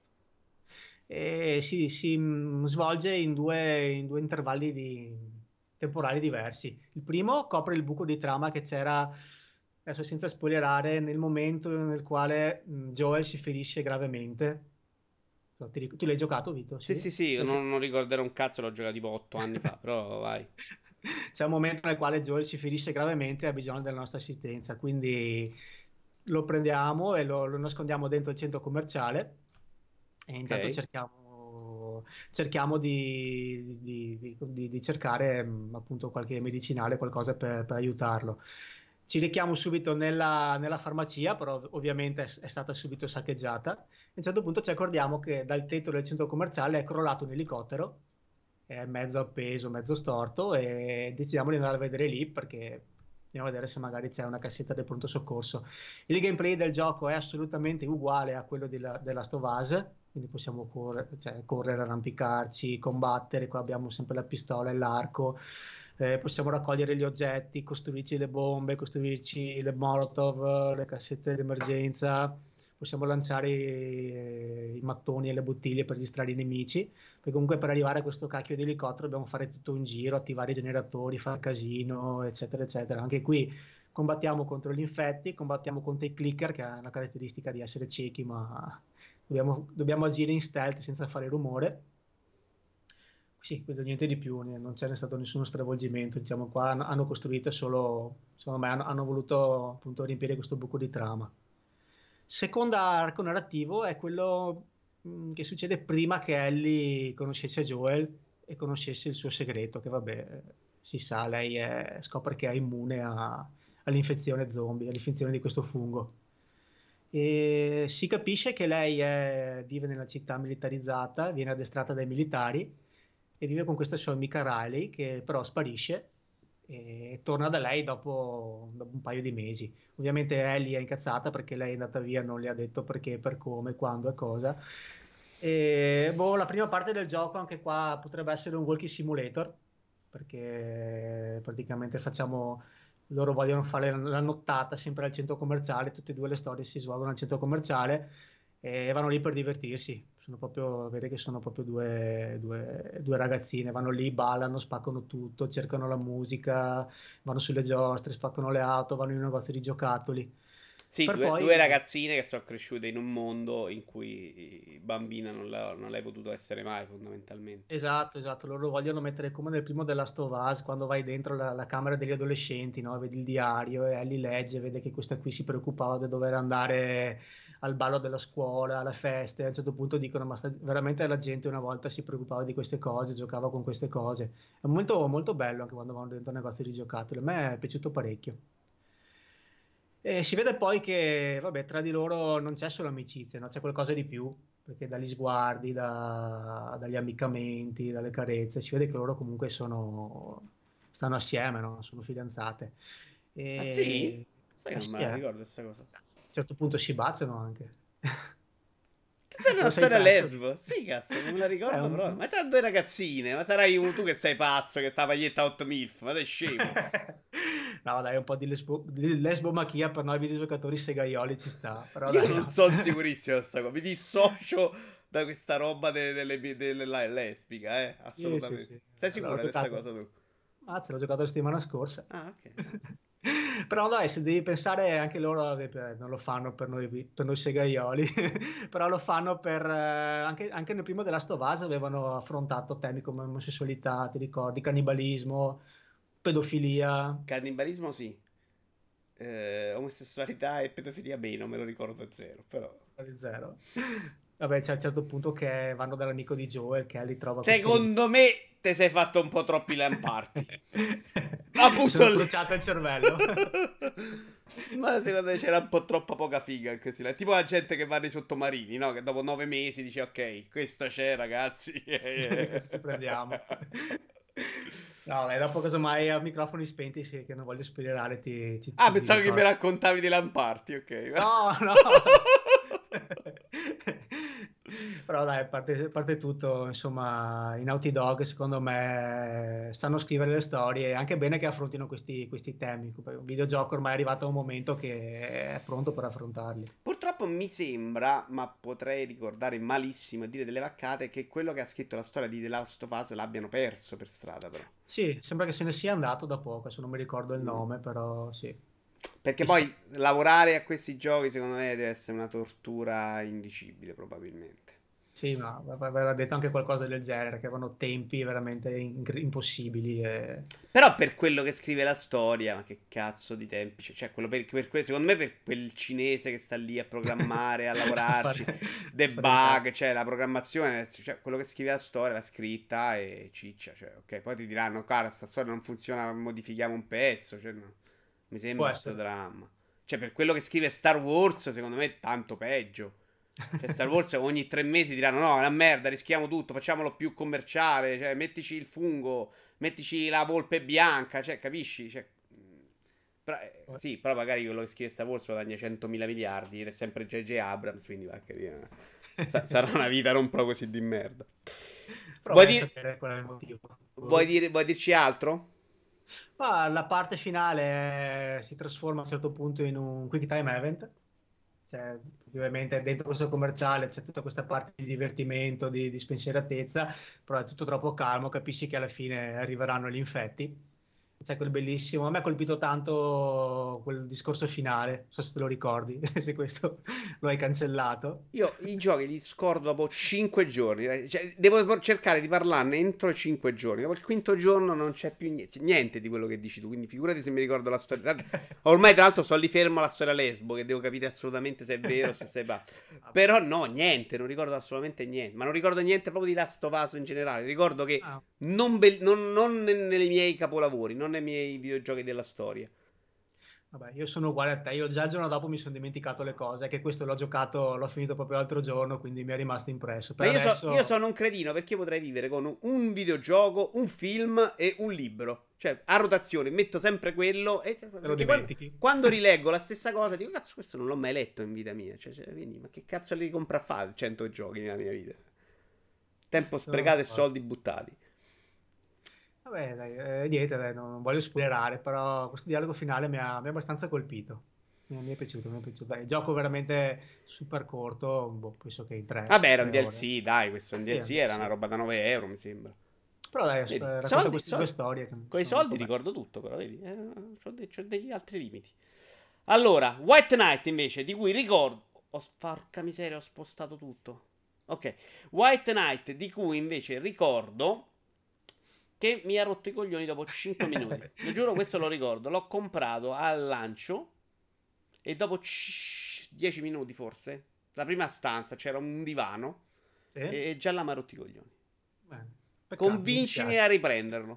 Speaker 2: E si, si, mh, svolge in due, in due intervalli di- temporali diversi. Il primo copre il buco di trama che c'era, adesso senza spoilerare, nel momento nel quale mh, Joel si ferisce gravemente. So, ti ric- tu l'hai giocato, Vito?
Speaker 1: Sì,
Speaker 2: Sì?
Speaker 1: sì, sì, non, non ricorderò un cazzo, l'ho giocato tipo otto anni fa, però vai.
Speaker 2: C'è un momento nel quale Joel si ferisce gravemente e ha bisogno della nostra assistenza, quindi lo prendiamo e lo, lo nascondiamo dentro il centro commerciale e intanto
Speaker 1: Ok.
Speaker 2: cerchiamo, cerchiamo di, di- di- di- di cercare mh, appunto qualche medicinale, qualcosa per, per aiutarlo. Ci rechiamo subito nella, nella farmacia, però ovviamente è, è stata subito saccheggiata. A un certo punto ci accorgiamo che dal tetto del centro commerciale è crollato un elicottero, è mezzo appeso, mezzo storto, e decidiamo di andare a vedere lì perché andiamo a vedere se magari c'è una cassetta del pronto soccorso. Il gameplay del gioco è assolutamente uguale a quello della, della Last of Us, quindi possiamo correre, cioè, correre, arrampicarci, combattere, qua abbiamo sempre la pistola e l'arco, eh, possiamo raccogliere gli oggetti, costruirci le bombe, costruirci le molotov, le cassette d'emergenza, possiamo lanciare i, i mattoni e le bottiglie per distrarre i nemici, perché comunque per arrivare a questo cacchio di elicottero dobbiamo fare tutto un giro, attivare i generatori, fare casino, eccetera, eccetera. Anche qui combattiamo contro gli infetti, combattiamo contro i clicker, che ha la caratteristica di essere ciechi, ma dobbiamo, dobbiamo agire in stealth senza fare rumore. Sì, questo niente di più, non c'è stato nessuno stravolgimento, diciamo qua hanno, hanno costruito solo, secondo me hanno, hanno voluto appunto riempire questo buco di trama. Secondo arco narrativo è quello mh, che succede prima che Ellie conoscesse Joel e conoscesse il suo segreto, che vabbè, si sa, lei è- scopre che è immune a- all'infezione zombie, all'infezione di questo fungo. E si capisce che lei è- vive nella città militarizzata, viene addestrata dai militari e vive con questa sua amica Riley, che però sparisce e torna da lei dopo, dopo un paio di mesi. Ovviamente Ellie è incazzata perché lei è andata via, non le ha detto perché, per come, quando e cosa. E, boh, la prima parte del gioco anche qua potrebbe essere un walking simulator, perché praticamente facciamo, loro vogliono fare la nottata sempre al centro commerciale, tutte e due le storie si svolgono al centro commerciale e vanno lì per divertirsi. Sono proprio, vede che sono proprio due, due- due ragazzine, vanno lì, ballano, spaccano tutto, cercano la musica, vanno sulle giostre, spaccano le auto, vanno in un negozio di giocattoli.
Speaker 1: Sì,
Speaker 2: Per
Speaker 1: due, due
Speaker 2: poi,
Speaker 1: ragazzine che sono cresciute in un mondo in cui bambina non, la- non l'hai potuto essere mai, fondamentalmente.
Speaker 2: esatto, esatto, loro vogliono mettere come nel primo The Last of Us, quando vai dentro la, la camera degli adolescenti, no? Vedi il diario e Ellie legge, vede che questa qui si preoccupava di dover andare al ballo della scuola, alle feste, a un certo punto dicono, ma sta- veramente la gente una volta si preoccupava di queste cose, giocava con queste cose. È un momento molto bello anche quando vanno dentro un negozio di giocattoli, a me è piaciuto parecchio. E si vede poi che, vabbè, tra di loro non c'è solo amicizia, no? C'è qualcosa di più, perché dagli sguardi, da- dagli ammiccamenti, dalle carezze, si vede che loro comunque sono, stanno assieme, no? Sono fidanzate.
Speaker 1: Ah sì?
Speaker 2: E,
Speaker 1: Sai che
Speaker 2: eh
Speaker 1: non me
Speaker 2: sì,
Speaker 1: la
Speaker 2: eh.
Speaker 1: ricordo questa cosa.
Speaker 2: A un certo punto si baciano anche.
Speaker 1: Cazzo, è
Speaker 2: Te
Speaker 1: una
Speaker 2: lo sei
Speaker 1: storia
Speaker 2: perso?
Speaker 1: lesbo? Sì, cazzo, non me la
Speaker 2: Beh,
Speaker 1: ricordo però.
Speaker 2: un-
Speaker 1: Ma tra due ragazzine, ma sarai un- tu che sei pazzo, che sta paglietta otto milf, ma sei scemo.
Speaker 2: No, dai, un po' di, lesbo- di lesbomachia per noi videogiocatori segaioli ci sta, però
Speaker 1: Io
Speaker 2: dai,
Speaker 1: non
Speaker 2: no.
Speaker 1: sono sicurissimo di questa cosa, mi dissocio da questa roba de- delle, delle, la- lesbica, eh,
Speaker 2: Sì, sì,
Speaker 1: assolutamente.
Speaker 2: sì.
Speaker 1: Sei
Speaker 2: L'ho
Speaker 1: sicura di questa
Speaker 2: giocato.
Speaker 1: cosa tu?
Speaker 2: Mazza, l'ho giocato la settimana scorsa.
Speaker 1: Ah, ok.
Speaker 2: Però dai, se devi pensare anche loro, eh, beh, non lo fanno per noi, per noi segaioli, però lo fanno per... eh, anche, anche nel primo The Last of Us avevano affrontato temi come omosessualità, ti ricordi, cannibalismo, pedofilia,
Speaker 1: Cannibalismo sì. Eh, omosessualità e pedofilia meno, me lo ricordo zero, però...
Speaker 2: di zero. Vabbè, c'è a un certo punto che vanno dall'amico di Joel che li trova questo ribello.
Speaker 1: Secondo me te sei fatto un po' troppi lamparti. La
Speaker 2: Mi sono
Speaker 1: butto lì.
Speaker 2: bruciato il cervello.
Speaker 1: Ma secondo me c'era un po' troppa poca figa in questi là. Tipo la gente che va nei sottomarini, no? Che dopo nove mesi dice ok, questo c'è ragazzi.
Speaker 2: Questo ci prendiamo. No, beh, dopo casomai a microfoni spenti, sì, che non voglio spoilerare, ti, ti,
Speaker 1: Ah,
Speaker 2: ti
Speaker 1: pensavo che
Speaker 2: dico.
Speaker 1: mi raccontavi dei lamparti, ok.
Speaker 2: No, no. Però dai, a parte, a parte tutto, insomma, i Naughty Dog secondo me sanno scrivere le storie, è anche bene che affrontino questi, questi temi. Un videogioco ormai è arrivato a un momento che è pronto per affrontarli.
Speaker 1: Purtroppo mi sembra, ma potrei ricordare malissimo e dire delle vaccate, che quello che ha scritto la storia di The Last of Us l'abbiano perso per strada, però.
Speaker 2: Sì, sembra che se ne sia andato da poco, adesso non mi ricordo il
Speaker 1: Mm.
Speaker 2: nome, però sì,
Speaker 1: Perché
Speaker 2: chissà.
Speaker 1: poi lavorare a questi giochi, secondo me, deve essere una tortura indicibile, probabilmente.
Speaker 2: Sì, ma aveva detto anche qualcosa del genere, che avevano tempi veramente in- impossibili. E...
Speaker 1: Però per quello che scrive la storia, ma che cazzo di tempi c'è? Cioè, quello per, per que- secondo me per quel cinese che sta lì a programmare, a
Speaker 2: a
Speaker 1: lavorarci,
Speaker 2: fare, a fare il
Speaker 1: debug,
Speaker 2: cazzo.
Speaker 1: cioè la programmazione, cioè quello che scrive la storia, l'ha scritta e ciccia, cioè, ok, poi ti diranno, cara, sta storia non funziona, modifichiamo un pezzo, cioè, no. Mi
Speaker 2: Può
Speaker 1: sembra sto
Speaker 2: essere.
Speaker 1: dramma. Cioè, per quello che scrive Star Wars, secondo me è tanto peggio. Cioè, Star Wars ogni tre mesi diranno: no, è una merda, rischiamo tutto, facciamolo più commerciale. Cioè, mettici il fungo, mettici la volpe bianca. Cioè, capisci? Cioè, mh, però, eh, sì, però magari quello che scrive Star Wars guadagna centomila miliardi ed è sempre J J. Abrams. Quindi va a capire. Sa- sarà una vita non proprio così di merda.
Speaker 2: Però
Speaker 1: Vuoi,
Speaker 2: vai a
Speaker 1: dire,
Speaker 2: sapere qual è il motivo.
Speaker 1: vuoi, dire, vuoi dirci altro?
Speaker 2: Ma la parte finale eh, si trasforma a un certo punto in un quick time event. Cioè, ovviamente dentro questo commerciale c'è tutta questa parte di divertimento, di, di spensieratezza, però è tutto troppo calmo, capisci che alla fine arriveranno gli infetti. C'è quel bellissimo, a me ha colpito tanto quel discorso finale, non so se te lo ricordi, se questo lo hai cancellato.
Speaker 1: Io i giochi li scordo dopo cinque giorni. eh, Cioè, devo cercare di parlarne entro cinque giorni. Dopo il quinto giorno non c'è più niente, niente di quello che dici tu. Quindi figurati se mi ricordo la storia. Tanto- Ormai, tra l'altro, sto lì fermo alla storia lesbo, che devo capire assolutamente se è vero o se sei pazzo.
Speaker 2: Vabbè.
Speaker 1: Però no, niente, non ricordo assolutamente niente. Ma non ricordo niente proprio di Last of Us in generale. Ricordo che
Speaker 2: Ah,
Speaker 1: non, be- non, non nei miei capolavori, non nei miei videogiochi della storia.
Speaker 2: vabbè, io sono uguale a te, io già il giorno dopo mi sono dimenticato le cose, che questo l'ho giocato, l'ho finito proprio l'altro giorno, quindi mi è rimasto impresso.
Speaker 1: Ma
Speaker 2: Per
Speaker 1: io, so- io
Speaker 2: adesso
Speaker 1: sono un cretino perché io potrei vivere con un videogioco, un film e un libro. Cioè, a rotazione, metto sempre quello. E,
Speaker 2: te lo
Speaker 1: perché quando,
Speaker 2: dimentichi.
Speaker 1: quando rileggo la stessa cosa, dico, cazzo, questo non l'ho mai letto in vita mia. Cioè, cioè, quindi, ma che cazzo li compra a fare cento giochi nella mia vita? Tempo
Speaker 2: Sono
Speaker 1: sprecato e
Speaker 2: d'accordo.
Speaker 1: soldi buttati.
Speaker 2: Vabbè, dai, eh, niente, dai, non, non voglio spoilerare, però questo dialogo finale mi ha, mi ha abbastanza colpito. Mi mi è piaciuto, mi è piaciuto. Dai, gioco veramente super corto, boh, penso che in tre,
Speaker 1: Vabbè, era un
Speaker 2: tre ore.
Speaker 1: D L C, dai, questo è un
Speaker 2: Sì,
Speaker 1: D L C, era una
Speaker 2: sì.
Speaker 1: roba da nove euro, mi sembra.
Speaker 2: Però dai,
Speaker 1: Vedi,
Speaker 2: eh, racconta
Speaker 1: soldi,
Speaker 2: queste due
Speaker 1: soldi.
Speaker 2: storie che
Speaker 1: Con i
Speaker 2: sono molto
Speaker 1: soldi
Speaker 2: belle.
Speaker 1: ricordo tutto, però, vedi, eh, c'ho, de- c'ho degli altri limiti. Allora, White Knight invece, di cui ricordo... Oh, porca miseria, ho spostato tutto. Ok, White Knight, di cui invece ricordo che mi ha rotto i coglioni dopo cinque minuti. Lo giuro, questo lo ricordo. L'ho comprato al lancio e dopo c- dieci minuti forse, la prima stanza, c'era un divano
Speaker 2: Sì?
Speaker 1: e già là mi ha rotto i coglioni.
Speaker 2: Bene. Peccato, mi
Speaker 1: Convincimi a
Speaker 2: dispiace.
Speaker 1: riprenderlo.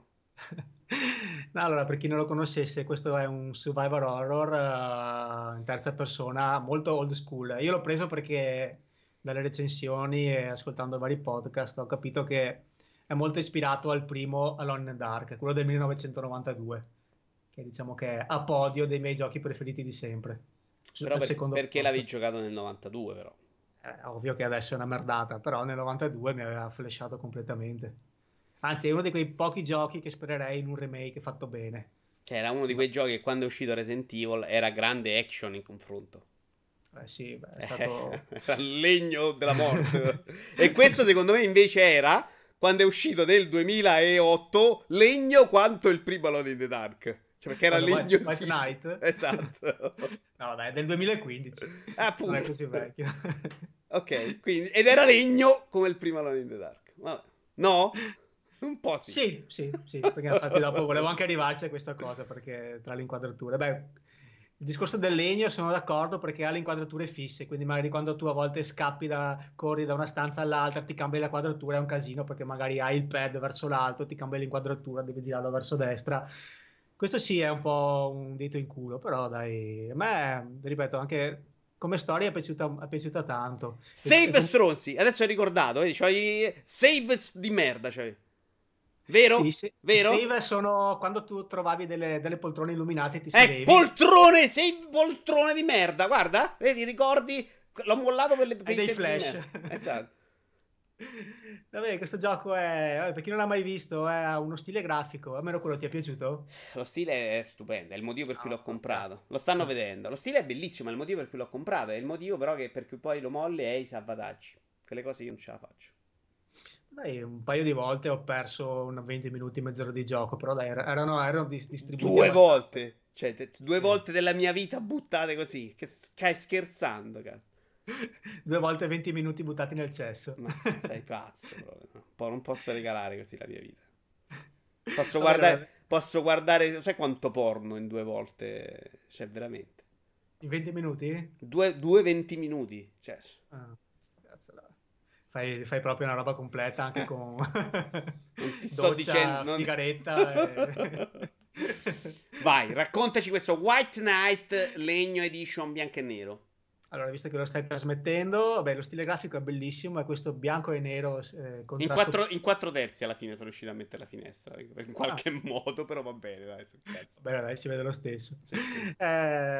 Speaker 2: No, allora, per chi non lo conoscesse, questo è un survival horror eh, in terza persona, molto old school. Io l'ho preso perché dalle recensioni e ascoltando vari podcast ho capito che è molto ispirato al primo Alone in the Dark, quello del millenovecentonovantadue, che diciamo che è a podio dei miei giochi preferiti di sempre, su-
Speaker 1: Però
Speaker 2: al
Speaker 1: per-
Speaker 2: secondo
Speaker 1: perché l'avevi
Speaker 2: posto.
Speaker 1: giocato nel novantadue, però.
Speaker 2: È ovvio che adesso è una merdata, però nel novantadue mi aveva flashato completamente. Anzi, è uno di quei pochi giochi che spererei in un remake fatto bene.
Speaker 1: Cioè, era uno di
Speaker 2: Beh,
Speaker 1: quei giochi che quando è uscito Resident Evil era grande action in confronto.
Speaker 2: eh sì, beh, è
Speaker 1: Eh,
Speaker 2: stato...
Speaker 1: era il legno della morte. E questo secondo me invece era, quando è uscito nel duemilaotto, legno quanto il primo Alone in the Dark. Cioè, perché era
Speaker 2: Cosa, White, White
Speaker 1: legnosissimo.
Speaker 2: Knight?
Speaker 1: Esatto.
Speaker 2: No, dai, è del duemilaquindici, non è
Speaker 1: Appunto.
Speaker 2: così vecchio.
Speaker 1: Ok, quindi, ed era legno come il primo Alone in the Dark. Vabbè. No? Un po' sì.
Speaker 2: Sì, sì, sì, perché infatti dopo volevo anche arrivarci a questa cosa, perché tra le inquadrature, beh, il discorso del legno sono d'accordo perché ha le inquadrature fisse, quindi magari quando tu a volte scappi da, corri da una stanza all'altra, ti cambi la quadratura, è un casino perché magari hai il pad verso l'alto, ti cambia l'inquadratura, devi girarlo verso destra. Questo sì è un po' un dito in culo, però dai, a me, ripeto, anche come storia è piaciuta, è piaciuta tanto. E, e
Speaker 1: Save
Speaker 2: com-
Speaker 1: stronzi. Adesso hai ricordato, vedi, c'hai save di merda, cioè. Vero?
Speaker 2: sì, se- i
Speaker 1: Vero?
Speaker 2: save sono quando tu trovavi delle, delle poltrone illuminate, ti
Speaker 1: Eh,
Speaker 2: savevi.
Speaker 1: poltrone, sei poltrone di merda, guarda, vedi, ricordi? L'ho mollato per, le, per
Speaker 2: Hai
Speaker 1: i
Speaker 2: dei
Speaker 1: save di
Speaker 2: flash.
Speaker 1: merda. Esatto.
Speaker 2: Vabbè, questo gioco è, vabbè, per chi non l'ha mai visto, è- ha uno stile grafico, almeno quello ti è piaciuto?
Speaker 1: Lo stile è stupendo, è il motivo per cui l'ho
Speaker 2: Oh,
Speaker 1: comprato.
Speaker 2: grazie.
Speaker 1: Lo stanno vedendo. Lo stile è bellissimo, è il motivo per cui l'ho comprato. È il motivo però che per cui poi lo molli è i salvataggi. Quelle cose io non ce la faccio.
Speaker 2: Dai, un paio di volte ho perso una venti minuti, mezz'ora di gioco, però dai, er- erano, erano dis- distribuiti
Speaker 1: Due
Speaker 2: abbastanza.
Speaker 1: volte. Cioè, te- due
Speaker 2: Sì.
Speaker 1: volte della mia vita buttate così. Che stai scherzando, cazzo.
Speaker 2: Due volte venti minuti buttati nel cesso.
Speaker 1: Ma stai pazzo, proprio. No? Po- non posso regalare così la mia vita. Posso
Speaker 2: Va bene, va
Speaker 1: guardare,
Speaker 2: bene.
Speaker 1: posso guardare, sai quanto porno in due volte? Cioè, veramente.
Speaker 2: In venti minuti?
Speaker 1: Due, due venti minuti. Cioè,
Speaker 2: Ah, cazzo, no. Fai, fai proprio una roba completa anche con
Speaker 1: non ti sto
Speaker 2: doccia,
Speaker 1: dicendo. non-
Speaker 2: sigaretta e...
Speaker 1: Vai, raccontaci questo White Knight Legno Edition bianco e nero.
Speaker 2: Allora, visto che lo stai trasmettendo, vabbè, lo stile grafico è bellissimo, è questo bianco e nero, eh,
Speaker 1: In
Speaker 2: contrasto...
Speaker 1: quattro, in quattro terzi alla fine sono riuscito a mettere la finestra. In
Speaker 2: Ah,
Speaker 1: qualche modo, però va bene, dai, sul cazzo.
Speaker 2: bene, dai, si vede lo stesso.
Speaker 1: Sì, sì.
Speaker 2: Eh,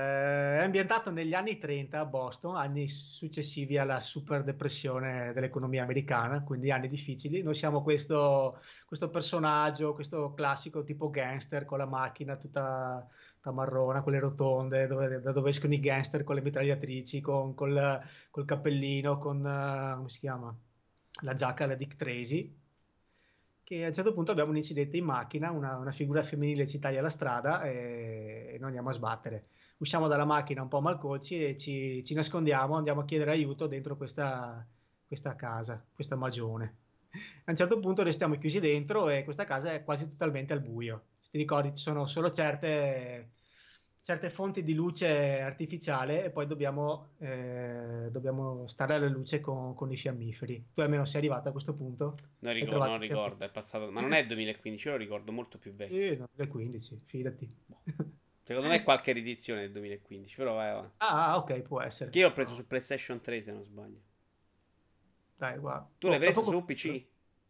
Speaker 2: è ambientato negli anni trenta a Boston, anni successivi alla super depressione dell'economia americana, quindi anni difficili. Noi siamo questo, questo personaggio, questo classico tipo gangster con la macchina tutta, tutta marrona, quelle rotonde, dove- da dove escono i gangster con le mitragliatrici, con, col, col cappellino, con, eh, come si chiama? La giacca alla Dick Tracy, che a un certo punto abbiamo un incidente in macchina, una, una figura femminile ci taglia la strada e, e noi andiamo a sbattere. Usciamo dalla macchina un po' malcoci e ci, ci nascondiamo, andiamo a chiedere aiuto dentro questa, questa casa, questa magione. A un certo punto restiamo chiusi dentro e questa casa è quasi totalmente al buio. Se ti ricordi, ci sono solo certe, certe fonti di luce artificiale e poi dobbiamo, eh, dobbiamo stare alla luce con, con i fiammiferi. Tu almeno sei arrivato a questo punto?
Speaker 1: Non
Speaker 2: Hai
Speaker 1: ricordo,
Speaker 2: trovato
Speaker 1: non
Speaker 2: i
Speaker 1: ricordo,
Speaker 2: fiammiferi?
Speaker 1: è passato. Ma non è duemilaquindici, io lo ricordo molto più vecchio.
Speaker 2: Sì, no, duemilaquindici, fidati.
Speaker 1: Boh. Secondo me è qualche riedizione del duemilaquindici, però vai avanti.
Speaker 2: Ah, ok, può essere.
Speaker 1: Che io l'ho preso
Speaker 2: No,
Speaker 1: su PlayStation tre, se non sbaglio.
Speaker 2: dai, guarda.
Speaker 1: Tu l'hai
Speaker 2: Oh, dopo
Speaker 1: preso su
Speaker 2: controllo.
Speaker 1: P C?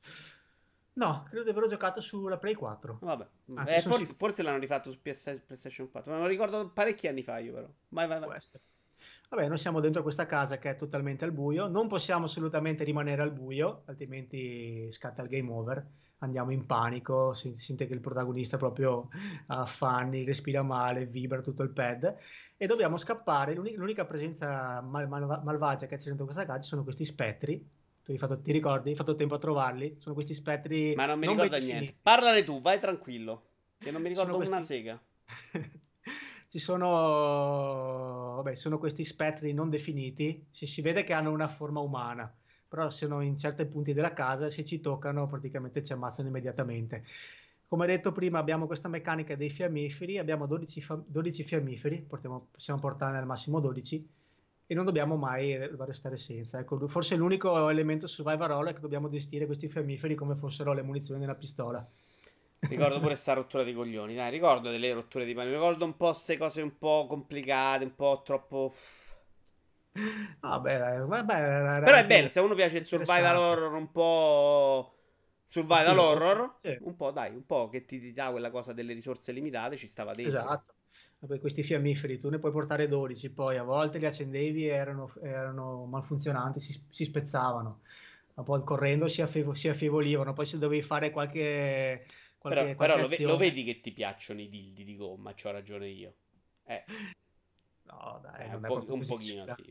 Speaker 2: No, credo di averlo giocato sulla Play quattro.
Speaker 1: Vabbè,
Speaker 2: Anzi,
Speaker 1: eh,
Speaker 2: sono
Speaker 1: forse,
Speaker 2: sicuro.
Speaker 1: forse l'hanno rifatto su P S PlayStation quattro, ma me lo ricordo parecchi anni fa io però. Vai, vai, vai.
Speaker 2: Può essere. Vabbè, noi siamo dentro questa casa che è totalmente al buio. Non possiamo assolutamente rimanere al buio, altrimenti scatta il game over. andiamo in panico, si si sente che il protagonista proprio ha affanni, respira male, vibra tutto il pad e dobbiamo scappare. L'uni- L'unica presenza mal- mal- malvagia che c'è dentro questa casa sono questi spettri. Tu hai fatto, ti ricordi? Hai fatto tempo a trovarli? Sono questi spettri
Speaker 1: Ma non mi
Speaker 2: non ben
Speaker 1: ricordo niente.
Speaker 2: definiti.
Speaker 1: Parlane tu, vai tranquillo. Che non mi
Speaker 2: Sono
Speaker 1: ricordo una
Speaker 2: questi...
Speaker 1: sega.
Speaker 2: Ci sono, vabbè, sono questi spettri non definiti. Si, si vede che hanno una forma umana, però sono in certi punti della casa e se ci toccano praticamente ci ammazzano immediatamente. Come detto prima, abbiamo questa meccanica dei fiammiferi, abbiamo dodici, fa- dodici fiammiferi, portiamo- possiamo portarne al massimo dodici e non dobbiamo mai eh, restare senza. Ecco, forse l'unico elemento survival role è che dobbiamo gestire questi fiammiferi come fossero le munizioni della pistola.
Speaker 1: Ricordo pure sta rottura di coglioni. Dai, ricordo delle rotture di palle. Ricordo un po' queste cose un po' complicate, un po' troppo.
Speaker 2: Vabbè, dai, vabbè, era era
Speaker 1: Però è
Speaker 2: anche
Speaker 1: bello,
Speaker 2: un-
Speaker 1: se a uno piace il survival
Speaker 2: interessante.
Speaker 1: horror un po'.
Speaker 2: Lo
Speaker 1: Survival
Speaker 2: spiritoso.
Speaker 1: horror,
Speaker 2: Sì,
Speaker 1: un po', dai, un po' che ti dà quella cosa delle risorse limitate, ci stava dentro.
Speaker 2: esatto. Vabbè, questi fiammiferi tu ne puoi portare dodici, poi a volte li accendevi e erano, erano malfunzionanti, si, si spezzavano. Ma poi correndo si, affievo- si affievolivano, poi se dovevi fare qualche,
Speaker 1: Però,
Speaker 2: qualche,
Speaker 1: però
Speaker 2: qualche
Speaker 1: lo, ve- lo
Speaker 2: azione.
Speaker 1: vedi che ti piacciono i dildi di gomma, c'ho ragione io. Eh,
Speaker 2: No, dai,
Speaker 1: eh, un
Speaker 2: non è
Speaker 1: po',
Speaker 2: proprio
Speaker 1: un
Speaker 2: così.
Speaker 1: pochino sì.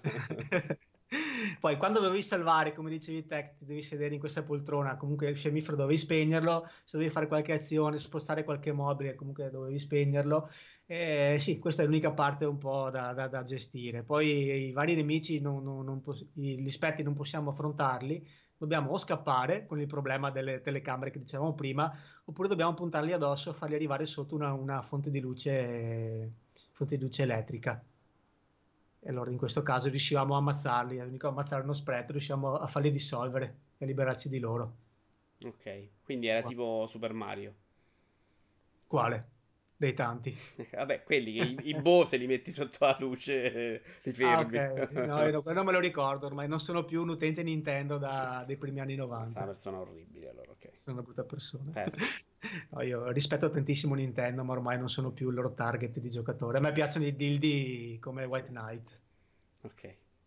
Speaker 2: Poi, quando dovevi salvare, come dicevi te, che ti devi sedere in questa poltrona, comunque il fiammifero dovevi spegnerlo, se dovevi fare qualche azione, spostare qualche mobile, comunque dovevi spegnerlo. Eh, sì, questa è l'unica parte un po' da, da- da gestire. Poi i vari nemici, non, non- non poss- gli aspetti non possiamo affrontarli, dobbiamo o scappare con il problema delle telecamere che dicevamo prima, oppure dobbiamo puntarli addosso e farli arrivare sotto una, una fonte di luce, fonte di luce elettrica. E allora in questo caso riuscivamo a ammazzarli, l'unico ammazzare uno spettro, riusciamo a farli dissolvere e a liberarci di loro.
Speaker 1: Ok, quindi era tipo Super Mario.
Speaker 2: Quale? Dei tanti.
Speaker 1: Vabbè, quelli che i, i boh se li metti sotto la luce, eh, li
Speaker 2: Ah, ok.
Speaker 1: fermi.
Speaker 2: No, io no, quello non me lo ricordo ormai, non sono più un utente Nintendo da, dei primi anni
Speaker 1: Sei una
Speaker 2: novanta.
Speaker 1: persona orribile, allora, ok.
Speaker 2: Sono una brutta persona.
Speaker 1: Pessimo.
Speaker 2: No, io rispetto tantissimo Nintendo, ma ormai non sono più il loro target di giocatore. A me piacciono i dildi come White Knight.
Speaker 1: Ok.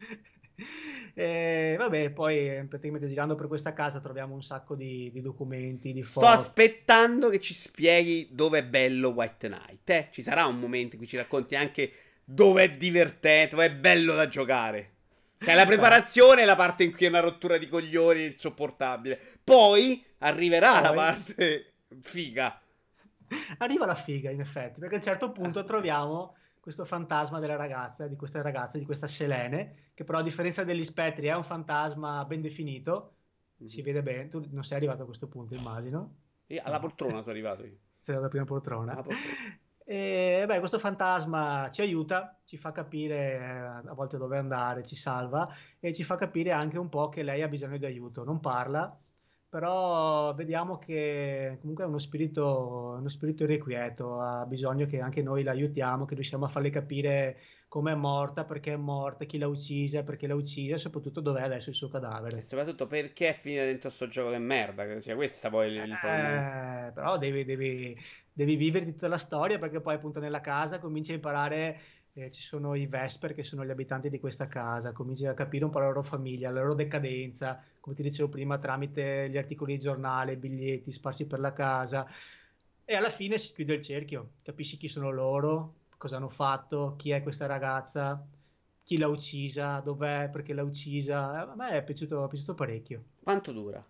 Speaker 2: E vabbè, poi eh, praticamente girando per questa casa troviamo un sacco di, di documenti, di
Speaker 1: Sto
Speaker 2: foto.
Speaker 1: aspettando che ci spieghi dove è bello White Knight. Eh? Ci sarà un momento in cui ci racconti anche dove è divertente, dove è bello da giocare. Cioè, la
Speaker 2: Beh,
Speaker 1: preparazione è la parte in cui è una rottura di coglioni insopportabile. Poi arriverà la
Speaker 2: poi
Speaker 1: parte figa.
Speaker 2: arriva la figa, in effetti, perché a un certo punto troviamo questo fantasma della ragazza, di questa ragazza, di questa Selene, che però a differenza degli spettri è un fantasma ben definito, si
Speaker 1: Mhm.
Speaker 2: vede bene. Tu non sei arrivato a questo punto, immagino.
Speaker 1: Io alla
Speaker 2: No,
Speaker 1: poltrona sono arrivato io.
Speaker 2: sei alla prima
Speaker 1: Alla
Speaker 2: poltrona.
Speaker 1: poltrona.
Speaker 2: E beh, questo fantasma ci aiuta, ci fa capire eh, a volte dove andare, ci salva e ci fa capire anche un po' che lei ha bisogno di aiuto. Non parla, però vediamo che comunque è uno spirito, uno spirito irrequieto, ha bisogno che anche noi l'aiutiamo, che riusciamo a farle capire come è morta, perché è morta, chi l'ha uccisa, perché l'ha uccisa e soprattutto dov'è adesso il suo
Speaker 1: E
Speaker 2: cadavere.
Speaker 1: soprattutto perché è finita dentro sto gioco di merda. Credo sia questa poi il, il fondamento.
Speaker 2: Eh, però devi, devi, devi vivere tutta la storia perché poi appunto nella casa cominci a imparare, eh, ci sono i Vesper che sono gli abitanti di questa casa, cominci a capire un po' la loro famiglia, la loro decadenza, come ti dicevo prima, tramite gli articoli di giornale, i biglietti sparsi per la casa e alla fine si chiude il cerchio, capisci chi sono loro, cosa hanno fatto, chi è questa ragazza, chi l'ha uccisa, dov'è, perché l'ha uccisa. A me è piaciuto, è piaciuto parecchio.
Speaker 1: Quanto dura?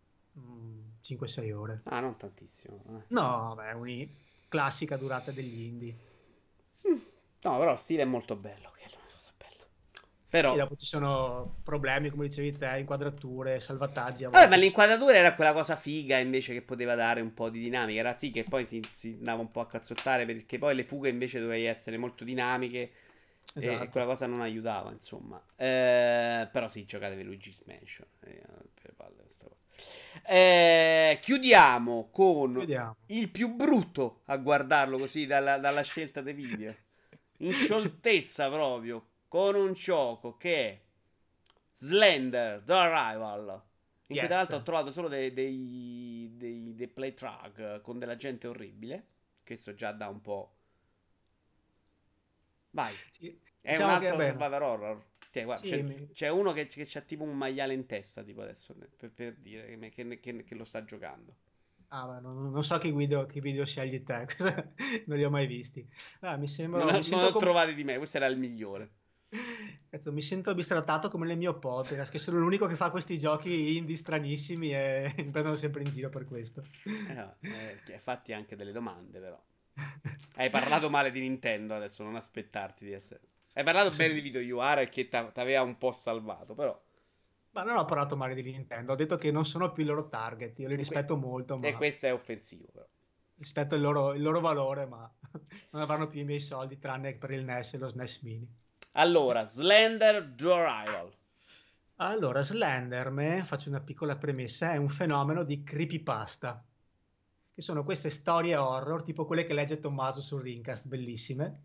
Speaker 2: cinque sei ore.
Speaker 1: Ah, non tantissimo. Eh.
Speaker 2: No, beh, una classica durata degli indie.
Speaker 1: Mm. No, però il stile è molto bello, che è una cosa bella.
Speaker 2: Sì,
Speaker 1: Però,
Speaker 2: dopo ci sono problemi, come dicevi te, inquadrature, salvataggi a
Speaker 1: vabbè, ma
Speaker 2: volte.
Speaker 1: l'inquadratura era quella cosa figa invece che poteva dare un po' di dinamica. Era sì che poi si, si andava un po' a cazzottare perché poi le fughe invece dovevano essere molto dinamiche e, e quella
Speaker 2: Esatto.
Speaker 1: cosa non aiutava, insomma. Eh, però sì, giocatevi Luigi's Mansion. Eh, per palle questa cosa. Eh, chiudiamo con
Speaker 2: Vediamo.
Speaker 1: il più brutto a guardarlo così dalla, dalla scelta dei video. In scioltezza proprio, con un gioco che è Slender, The Arrival, in cui tra
Speaker 2: Yes.
Speaker 1: l'altro ho trovato solo dei, dei, dei, dei playtrack con della gente orribile. Questo già dà un po'. Vai,
Speaker 2: Sì,
Speaker 1: è un
Speaker 2: diciamo che,
Speaker 1: altro
Speaker 2: beh,
Speaker 1: survivor horror. Cioè, guarda,
Speaker 2: Sì,
Speaker 1: c'è,
Speaker 2: mi-
Speaker 1: c'è uno che, che c'ha tipo un maiale in testa, tipo adesso, per, per dire che, che- che- che lo sta giocando.
Speaker 2: ah, ma non, non so che video, che video scegli te, cosa- non li ho mai visti. Ah, mi
Speaker 1: Non,
Speaker 2: sembra,
Speaker 1: ho-
Speaker 2: mi
Speaker 1: non
Speaker 2: sento
Speaker 1: ho
Speaker 2: come...
Speaker 1: trovati di me, questo era il migliore.
Speaker 2: Cazzo, mi sento bistrattato come nel mio podcast, che sono l'unico che fa questi giochi indie stranissimi e mi prendono sempre in giro per questo.
Speaker 1: Eh, no, eh, che- fatti anche delle domande, però. Hai parlato male di Nintendo adesso, non aspettarti di essere. Hai parlato bene di Video U R e che t'a- t'aveva un po' salvato, però.
Speaker 2: Ma non ho parlato male di Nintendo, ho detto che non sono più il loro target, io li
Speaker 1: E, que-
Speaker 2: rispetto molto,
Speaker 1: e
Speaker 2: ma
Speaker 1: questo è offensivo, però.
Speaker 2: rispetto il loro, il loro valore, ma non avranno più i miei soldi tranne per il N E S e lo S N E S Mini.
Speaker 1: Allora, Slender Joe Rival.
Speaker 2: Allora, Slenderman, faccio una piccola premessa, è un fenomeno di creepypasta, che sono queste storie horror, tipo quelle che legge Tommaso su Rincast, bellissime.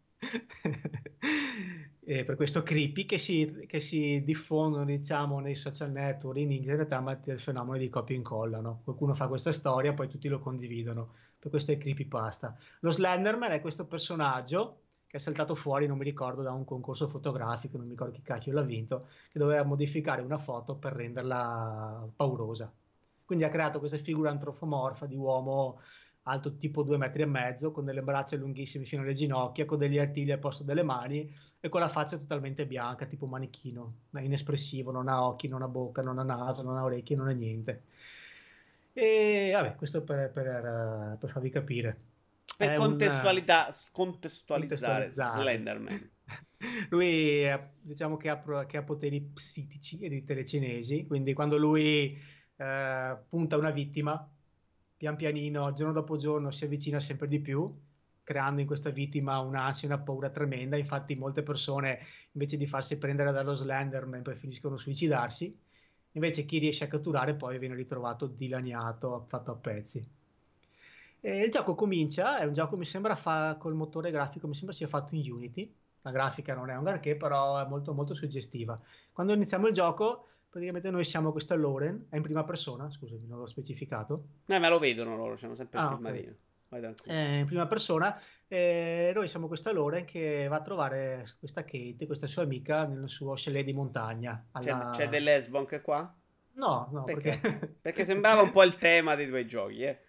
Speaker 2: E per questo creepy che si, che si diffondono, diciamo, nei social network, in internet, tramite il fenomeno di copia e incolla, no? Qualcuno fa questa storia, poi tutti lo condividono. Per questo è creepypasta. Lo Slenderman è questo personaggio che è saltato fuori, non mi ricordo, da un concorso fotografico, non mi ricordo chi cacchio l'ha vinto, che doveva modificare una foto per renderla paurosa. Quindi ha creato questa figura antropomorfa di uomo alto tipo due metri e mezzo, con delle braccia lunghissime fino alle ginocchia, con degli artigli al posto delle mani e con la faccia totalmente bianca, tipo manichino, inespressivo, non ha occhi, non ha bocca, non ha naso, non ha orecchie, non ha niente. E vabbè, questo per, per, per farvi capire.
Speaker 1: Per
Speaker 2: È un eh,
Speaker 1: contestualità, scontestualizzare
Speaker 2: contestualizzare.
Speaker 1: Slenderman.
Speaker 2: Lui eh, diciamo che ha, pro- che ha poteri psitici e di telecinesi, quindi quando lui eh, punta una vittima, pian pianino, giorno dopo giorno, si avvicina sempre di più, creando in questa vittima un'ansia e una paura tremenda. Infatti molte persone, invece di farsi prendere dallo Slenderman, preferiscono suicidarsi. Invece chi riesce a catturare poi viene ritrovato dilaniato, fatto a pezzi. E il gioco comincia, è un gioco mi sembra fa, col motore grafico, mi sembra sia fatto in Unity. La grafica non è un granché, però è molto molto suggestiva. Quando iniziamo il gioco, praticamente noi siamo questa Lauren, è in prima persona, scusami, non l'ho specificato.
Speaker 1: Eh, ma lo vedono loro, c'hanno sempre il
Speaker 2: Ah, ok.
Speaker 1: filmatino. Vai
Speaker 2: È
Speaker 1: tranquillo.
Speaker 2: in prima persona, e noi siamo questa Lauren che va a trovare questa Kate, questa sua amica, nel suo chalet di montagna.
Speaker 1: C'è, c'è
Speaker 2: Alla...
Speaker 1: dell'Esbo anche qua?
Speaker 2: No, no, perché...
Speaker 1: Perché? Perché sembrava un po' il tema dei tuoi giochi, eh.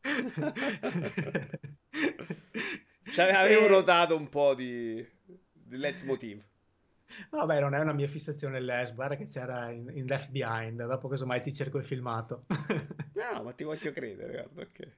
Speaker 1: Cioè, avevo
Speaker 2: E...
Speaker 1: notato un po' di, di leitmotiv.
Speaker 2: Vabbè, non è una mia fissazione lesbo, guarda che c'era in, in Left Behind, dopo casomai ti cerco il filmato.
Speaker 1: No, ma ti voglio credere, guarda, ok.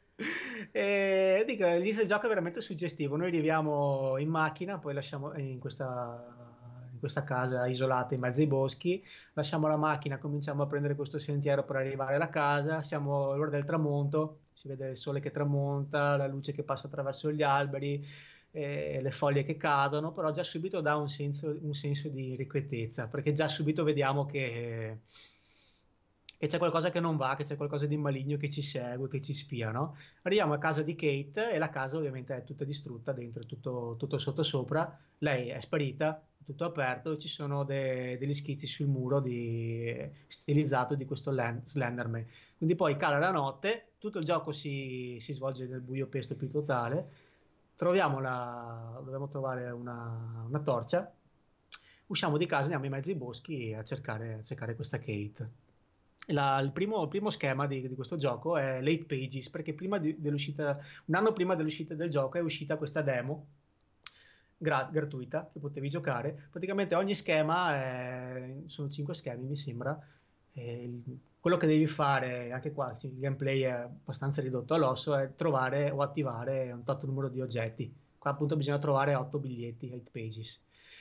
Speaker 2: E dico, l'inizio del gioco è veramente suggestivo. Noi arriviamo in macchina, poi lasciamo in questa, in questa casa isolata in mezzo ai boschi, lasciamo la macchina, cominciamo a prendere questo sentiero per arrivare alla casa. Siamo all'ora del tramonto, si vede il sole che tramonta, la luce che passa attraverso gli alberi, eh, le foglie che cadono, però già subito dà un senso, un senso di irrequietezza, perché già subito vediamo che che c'è qualcosa che non va, che c'è qualcosa di maligno che ci segue, che ci spia, no? Arriviamo a casa di Kate e la casa ovviamente è tutta distrutta, dentro è tutto, tutto sottosopra, lei è sparita, tutto aperto, e ci sono de- degli schizzi sul muro di, stilizzato di questo Land- Slenderman. Quindi poi cala la notte, tutto il gioco si, si svolge nel buio pesto più totale, troviamo la, dobbiamo trovare una, una torcia, usciamo di casa, andiamo in mezzo ai boschi a cercare, a cercare questa Kate. La- il primo, il primo schema di, di questo gioco è Late Pages, perché prima di- dell'uscita, un anno prima dell'uscita del gioco è uscita questa demo gra- gratuita che potevi giocare. Praticamente ogni schema, è- sono cinque schemi mi sembra, e il- quello che devi fare, anche qua sì, il gameplay è abbastanza ridotto all'osso, è trovare o attivare un tot numero di oggetti. Qua appunto bisogna trovare otto biglietti, eight pages.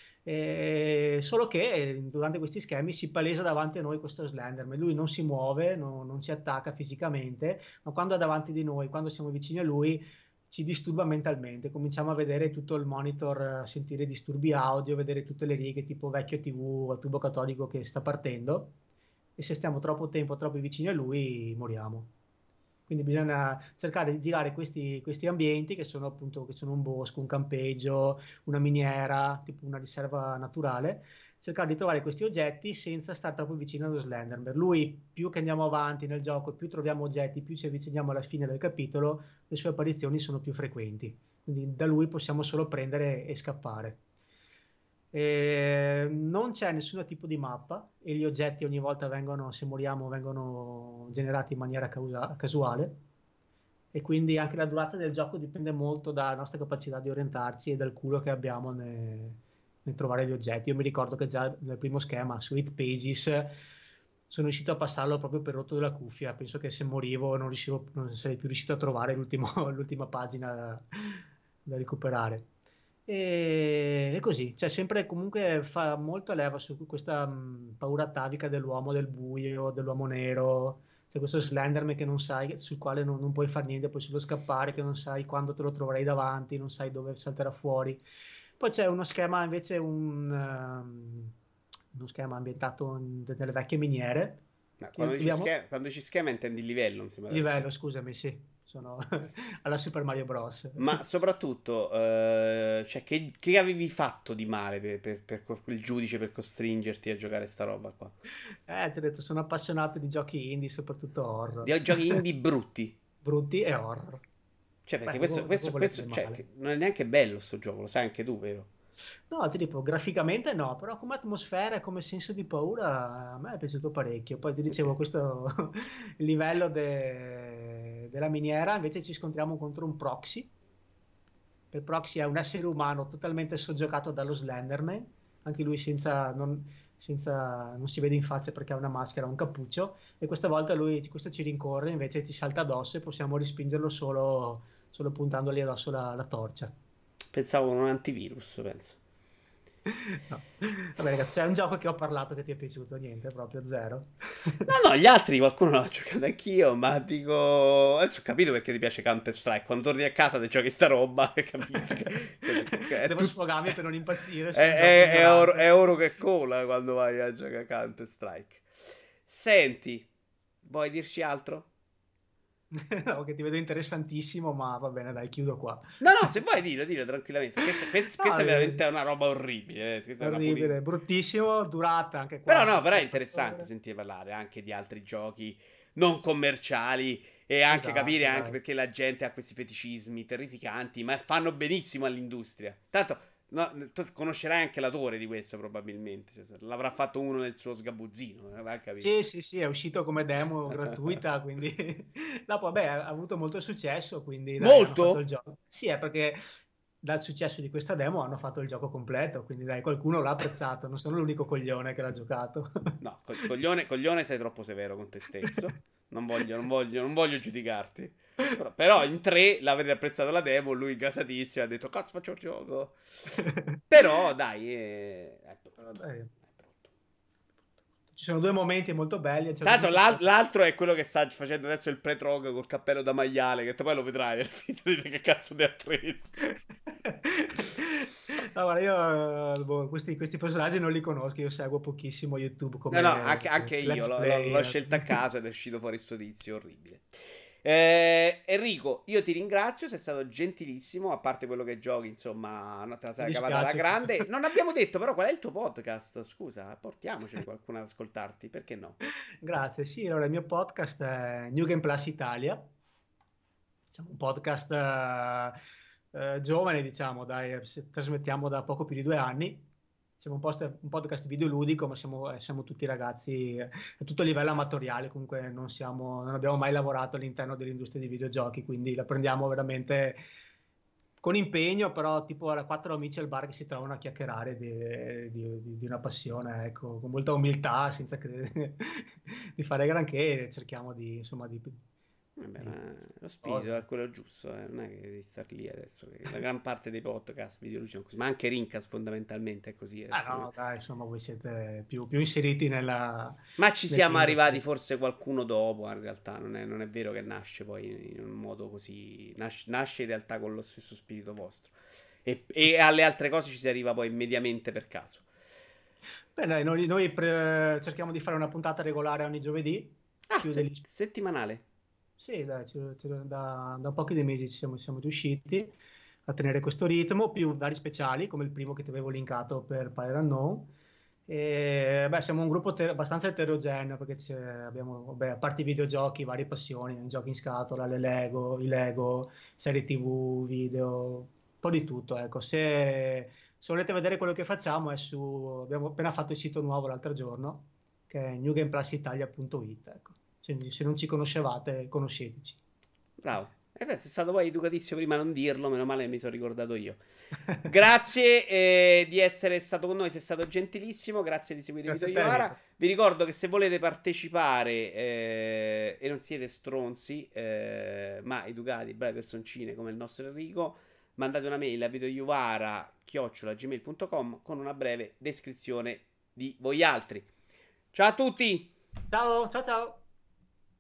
Speaker 2: Eh, solo che eh, durante questi schemi si palesa davanti a noi questo Slenderman. Lui non si muove, no- non ci attacca fisicamente, ma quando è davanti di noi, quando siamo vicini a lui, ci disturba mentalmente. Cominciamo a vedere tutto il monitor, a sentire disturbi audio, vedere tutte le righe tipo vecchio T V a tubo catodico che sta partendo. E se stiamo troppo tempo troppo vicini a lui, moriamo. Quindi bisogna cercare di girare questi, questi ambienti che sono appunto che sono un bosco, un campeggio, una miniera, tipo una riserva naturale, cercare di trovare questi oggetti senza stare troppo vicino allo Slenderman. Lui, più che andiamo avanti nel gioco, più troviamo oggetti, più ci avviciniamo alla fine del capitolo, le sue apparizioni sono più frequenti. Quindi da lui possiamo solo prendere e scappare. E non c'è nessun tipo di mappa e gli oggetti ogni volta vengono, se moriamo, vengono generati in maniera causa- casuale e quindi anche la durata del gioco dipende molto dalla nostra capacità di orientarci e dal culo che abbiamo ne- nel trovare gli oggetti. Io mi ricordo che già nel primo schema su Hit Pages sono riuscito a passarlo proprio per rotto della cuffia. Penso che se morivo non riuscivo, non sarei più riuscito a trovare l'ultimo- l'ultima pagina da, da recuperare. E, e così, cioè sempre comunque fa molto leva su questa mh, paura atavica dell'uomo del buio, dell'uomo nero. C'è questo Slenderman che non sai, sul quale non, non puoi fare niente, puoi solo scappare, che non sai quando te lo troverai davanti, non sai dove salterà fuori. Poi c'è uno schema invece, un, ehm, uno schema ambientato in- nelle vecchie miniere,
Speaker 1: Ma
Speaker 2: che
Speaker 1: quando dici
Speaker 2: dobbiamo...
Speaker 1: schema, quando dici schema intendi livello, mi sembra di aver
Speaker 2: Livello,
Speaker 1: capito.
Speaker 2: scusami, sì, sono alla Super Mario Bros.
Speaker 1: Ma soprattutto, eh, cioè, che, che avevi fatto di male per, per, per co- il giudice per costringerti a giocare sta roba qua?
Speaker 2: Eh, ti ho detto, sono appassionato di giochi indie, soprattutto horror.
Speaker 1: Di giochi indie brutti.
Speaker 2: Brutti e horror.
Speaker 1: Cioè, perché
Speaker 2: Beh,
Speaker 1: questo,
Speaker 2: dopo, dopo
Speaker 1: questo,
Speaker 2: volete
Speaker 1: questo, cioè, che
Speaker 2: male.
Speaker 1: non è neanche bello sto gioco, lo sai anche tu, vero?
Speaker 2: No, ti dico, graficamente no, però come atmosfera e come senso di paura a me è piaciuto parecchio. Poi ti
Speaker 1: Ok.
Speaker 2: dicevo, questo il livello de- della miniera, invece ci scontriamo contro un proxy. Il proxy è un essere umano totalmente soggiogato dallo Slenderman, anche lui senza, non, senza- non si vede in faccia perché ha una maschera, un cappuccio, e questa volta lui, questo ci rincorre, invece ci salta addosso e possiamo respingerlo solo, solo puntandogli addosso la la torcia.
Speaker 1: Pensavo a un antivirus, penso.
Speaker 2: No. Vabbè, ragazzi, c'è un gioco che ho parlato che ti è piaciuto, niente, proprio zero.
Speaker 1: No, no, gli altri qualcuno l'ha giocato anch'io, ma dico... Adesso ho capito perché ti piace Counter-Strike. Quando torni a casa ti giochi sta roba, capisco. Così, è,
Speaker 2: Devo
Speaker 1: tut-
Speaker 2: sfogarmi per non impazzire,
Speaker 1: è,
Speaker 2: sono un gioco
Speaker 1: è- è oro, è
Speaker 2: ignorante.
Speaker 1: oro che cola quando vai a giocare a Counter-Strike. Senti, vuoi dirci altro?
Speaker 2: No, che ti vedo interessantissimo, ma va bene, dai, chiudo qua.
Speaker 1: No, no, se vuoi dillo, dillo tranquillamente. Questa, questa-
Speaker 2: No,
Speaker 1: questa è
Speaker 2: eh,
Speaker 1: veramente una roba orribile. eh, Questa è una pulizia.
Speaker 2: orribile, bruttissimo, durata anche
Speaker 1: Però
Speaker 2: qua,
Speaker 1: no, però è
Speaker 2: quattro
Speaker 1: interessante
Speaker 2: ore.
Speaker 1: sentire parlare anche di altri giochi non commerciali e anche capire
Speaker 2: Esatto,
Speaker 1: anche
Speaker 2: dai.
Speaker 1: perché la gente ha questi feticismi terrificanti, ma fanno benissimo all'industria. Tanto no, tu conoscerai anche l'autore di questo probabilmente, cioè, l'avrà fatto uno nel suo sgabuzzino, eh, vai a capire.
Speaker 2: Sì, sì, sì, è uscito come demo gratuita, quindi dopo, vabbè, ha avuto molto successo, quindi dai, hanno fatto il
Speaker 1: Molto?
Speaker 2: gioco. Sì, è perché dal successo di questa demo hanno fatto il gioco completo, quindi dai, qualcuno l'ha apprezzato, non sono l'unico coglione che l'ha giocato.
Speaker 1: No, co- coglione, coglione sei troppo severo con te stesso. Non voglio, non voglio, non voglio giudicarti. Però, però in tre l'avrei apprezzato la demo, lui gasatissimo ha detto cazzo faccio il gioco. Però dai, è, è
Speaker 2: Però
Speaker 1: brutto.
Speaker 2: dai,
Speaker 1: È brutto.
Speaker 2: ci sono due momenti molto belli, a un certo
Speaker 1: Tanto
Speaker 2: punto
Speaker 1: l'al-
Speaker 2: c'è...
Speaker 1: l'altro è quello che sta facendo adesso il pre-trog col cappello da maiale, che te poi lo vedrai alla fine di che cazzo di attrezzi.
Speaker 2: No, guarda, io eh, boh, questi, questi personaggi non li conosco, io seguo pochissimo YouTube
Speaker 1: No, no,
Speaker 2: come
Speaker 1: anche, anche io
Speaker 2: Let's
Speaker 1: l'ho, l'ho- l'ho
Speaker 2: Player.
Speaker 1: scelta a caso ed è uscito fuori sto tizio orribile. Eh, Enrico, io ti ringrazio, sei stato gentilissimo, a parte quello che giochi, insomma, no, te la
Speaker 2: Mi
Speaker 1: sei cavata alla
Speaker 2: dispiace.
Speaker 1: grande. Non abbiamo detto però qual è il tuo podcast, scusa, portiamocene qualcuno ad ascoltarti, perché no?
Speaker 2: Grazie, sì, allora il mio podcast è New Game Plus Italia, siamo un podcast eh, eh, giovane, diciamo, dai, se- trasmettiamo da poco più di due anni. Siamo un, post- un podcast videoludico, ma siamo, eh, siamo tutti ragazzi eh, a tutto livello amatoriale, comunque non siamo, non abbiamo mai lavorato all'interno dell'industria dei videogiochi, quindi la prendiamo veramente con impegno, però tipo alla quattro amici al bar che si trovano a chiacchierare di, di- di- di una passione, ecco, con molta umiltà, senza credere di fare granché, cerchiamo di, insomma, di,
Speaker 1: Vabbè,
Speaker 2: di
Speaker 1: ma lo spirito
Speaker 2: cose.
Speaker 1: è quello giusto, eh, non è che devi star lì adesso. Che la gran parte dei podcast videoludici sono così, ma anche Rincas fondamentalmente è così
Speaker 2: Ah
Speaker 1: adesso.
Speaker 2: no, dai, insomma, voi siete più, più inseriti nella,
Speaker 1: Ma ci siamo arrivati
Speaker 2: nell'industria.
Speaker 1: forse qualcuno dopo, in realtà non è, non è vero che nasce poi in un modo così, nasce, nasce in realtà con lo stesso spirito vostro. E, e alle altre cose ci si arriva poi mediamente per caso.
Speaker 2: Beh, dai, noi, noi pre- cerchiamo di fare una puntata regolare ogni giovedì,
Speaker 1: Ah,
Speaker 2: più
Speaker 1: se-
Speaker 2: degli...
Speaker 1: settimanale.
Speaker 2: Sì, dai, ci- ci- da, da pochi dei mesi ci siamo, siamo riusciti a tenere questo ritmo, più vari speciali, come il primo che ti avevo linkato per PyroUnknown. E, beh, siamo un gruppo te- abbastanza eterogeneo, perché c'è- abbiamo, vabbè, a parte i videogiochi, varie passioni, giochi in scatola, le Lego, i Lego, serie T V, video, un po' di tutto, ecco. Se se volete vedere quello che facciamo è su, abbiamo appena fatto il sito nuovo l'altro giorno, che è new game plus italia punto it, ecco. Quindi se non ci conoscevate, conosceteci.
Speaker 1: Bravo. E beh, sei stato poi educatissimo prima a non dirlo, meno male mi sono ricordato io. Grazie eh, di essere stato con noi, sei stato gentilissimo, grazie di seguire Vito
Speaker 2: Grazie a te,
Speaker 1: Iovara.
Speaker 2: Nico.
Speaker 1: Vi ricordo che se volete partecipare eh, e non siete stronzi, eh, ma educati, bravi personcine come il nostro Enrico, mandate una mail a vitoiovara chiocciola gmail punto com con una breve descrizione di voi altri. Ciao a tutti!
Speaker 2: Ciao, ciao, ciao.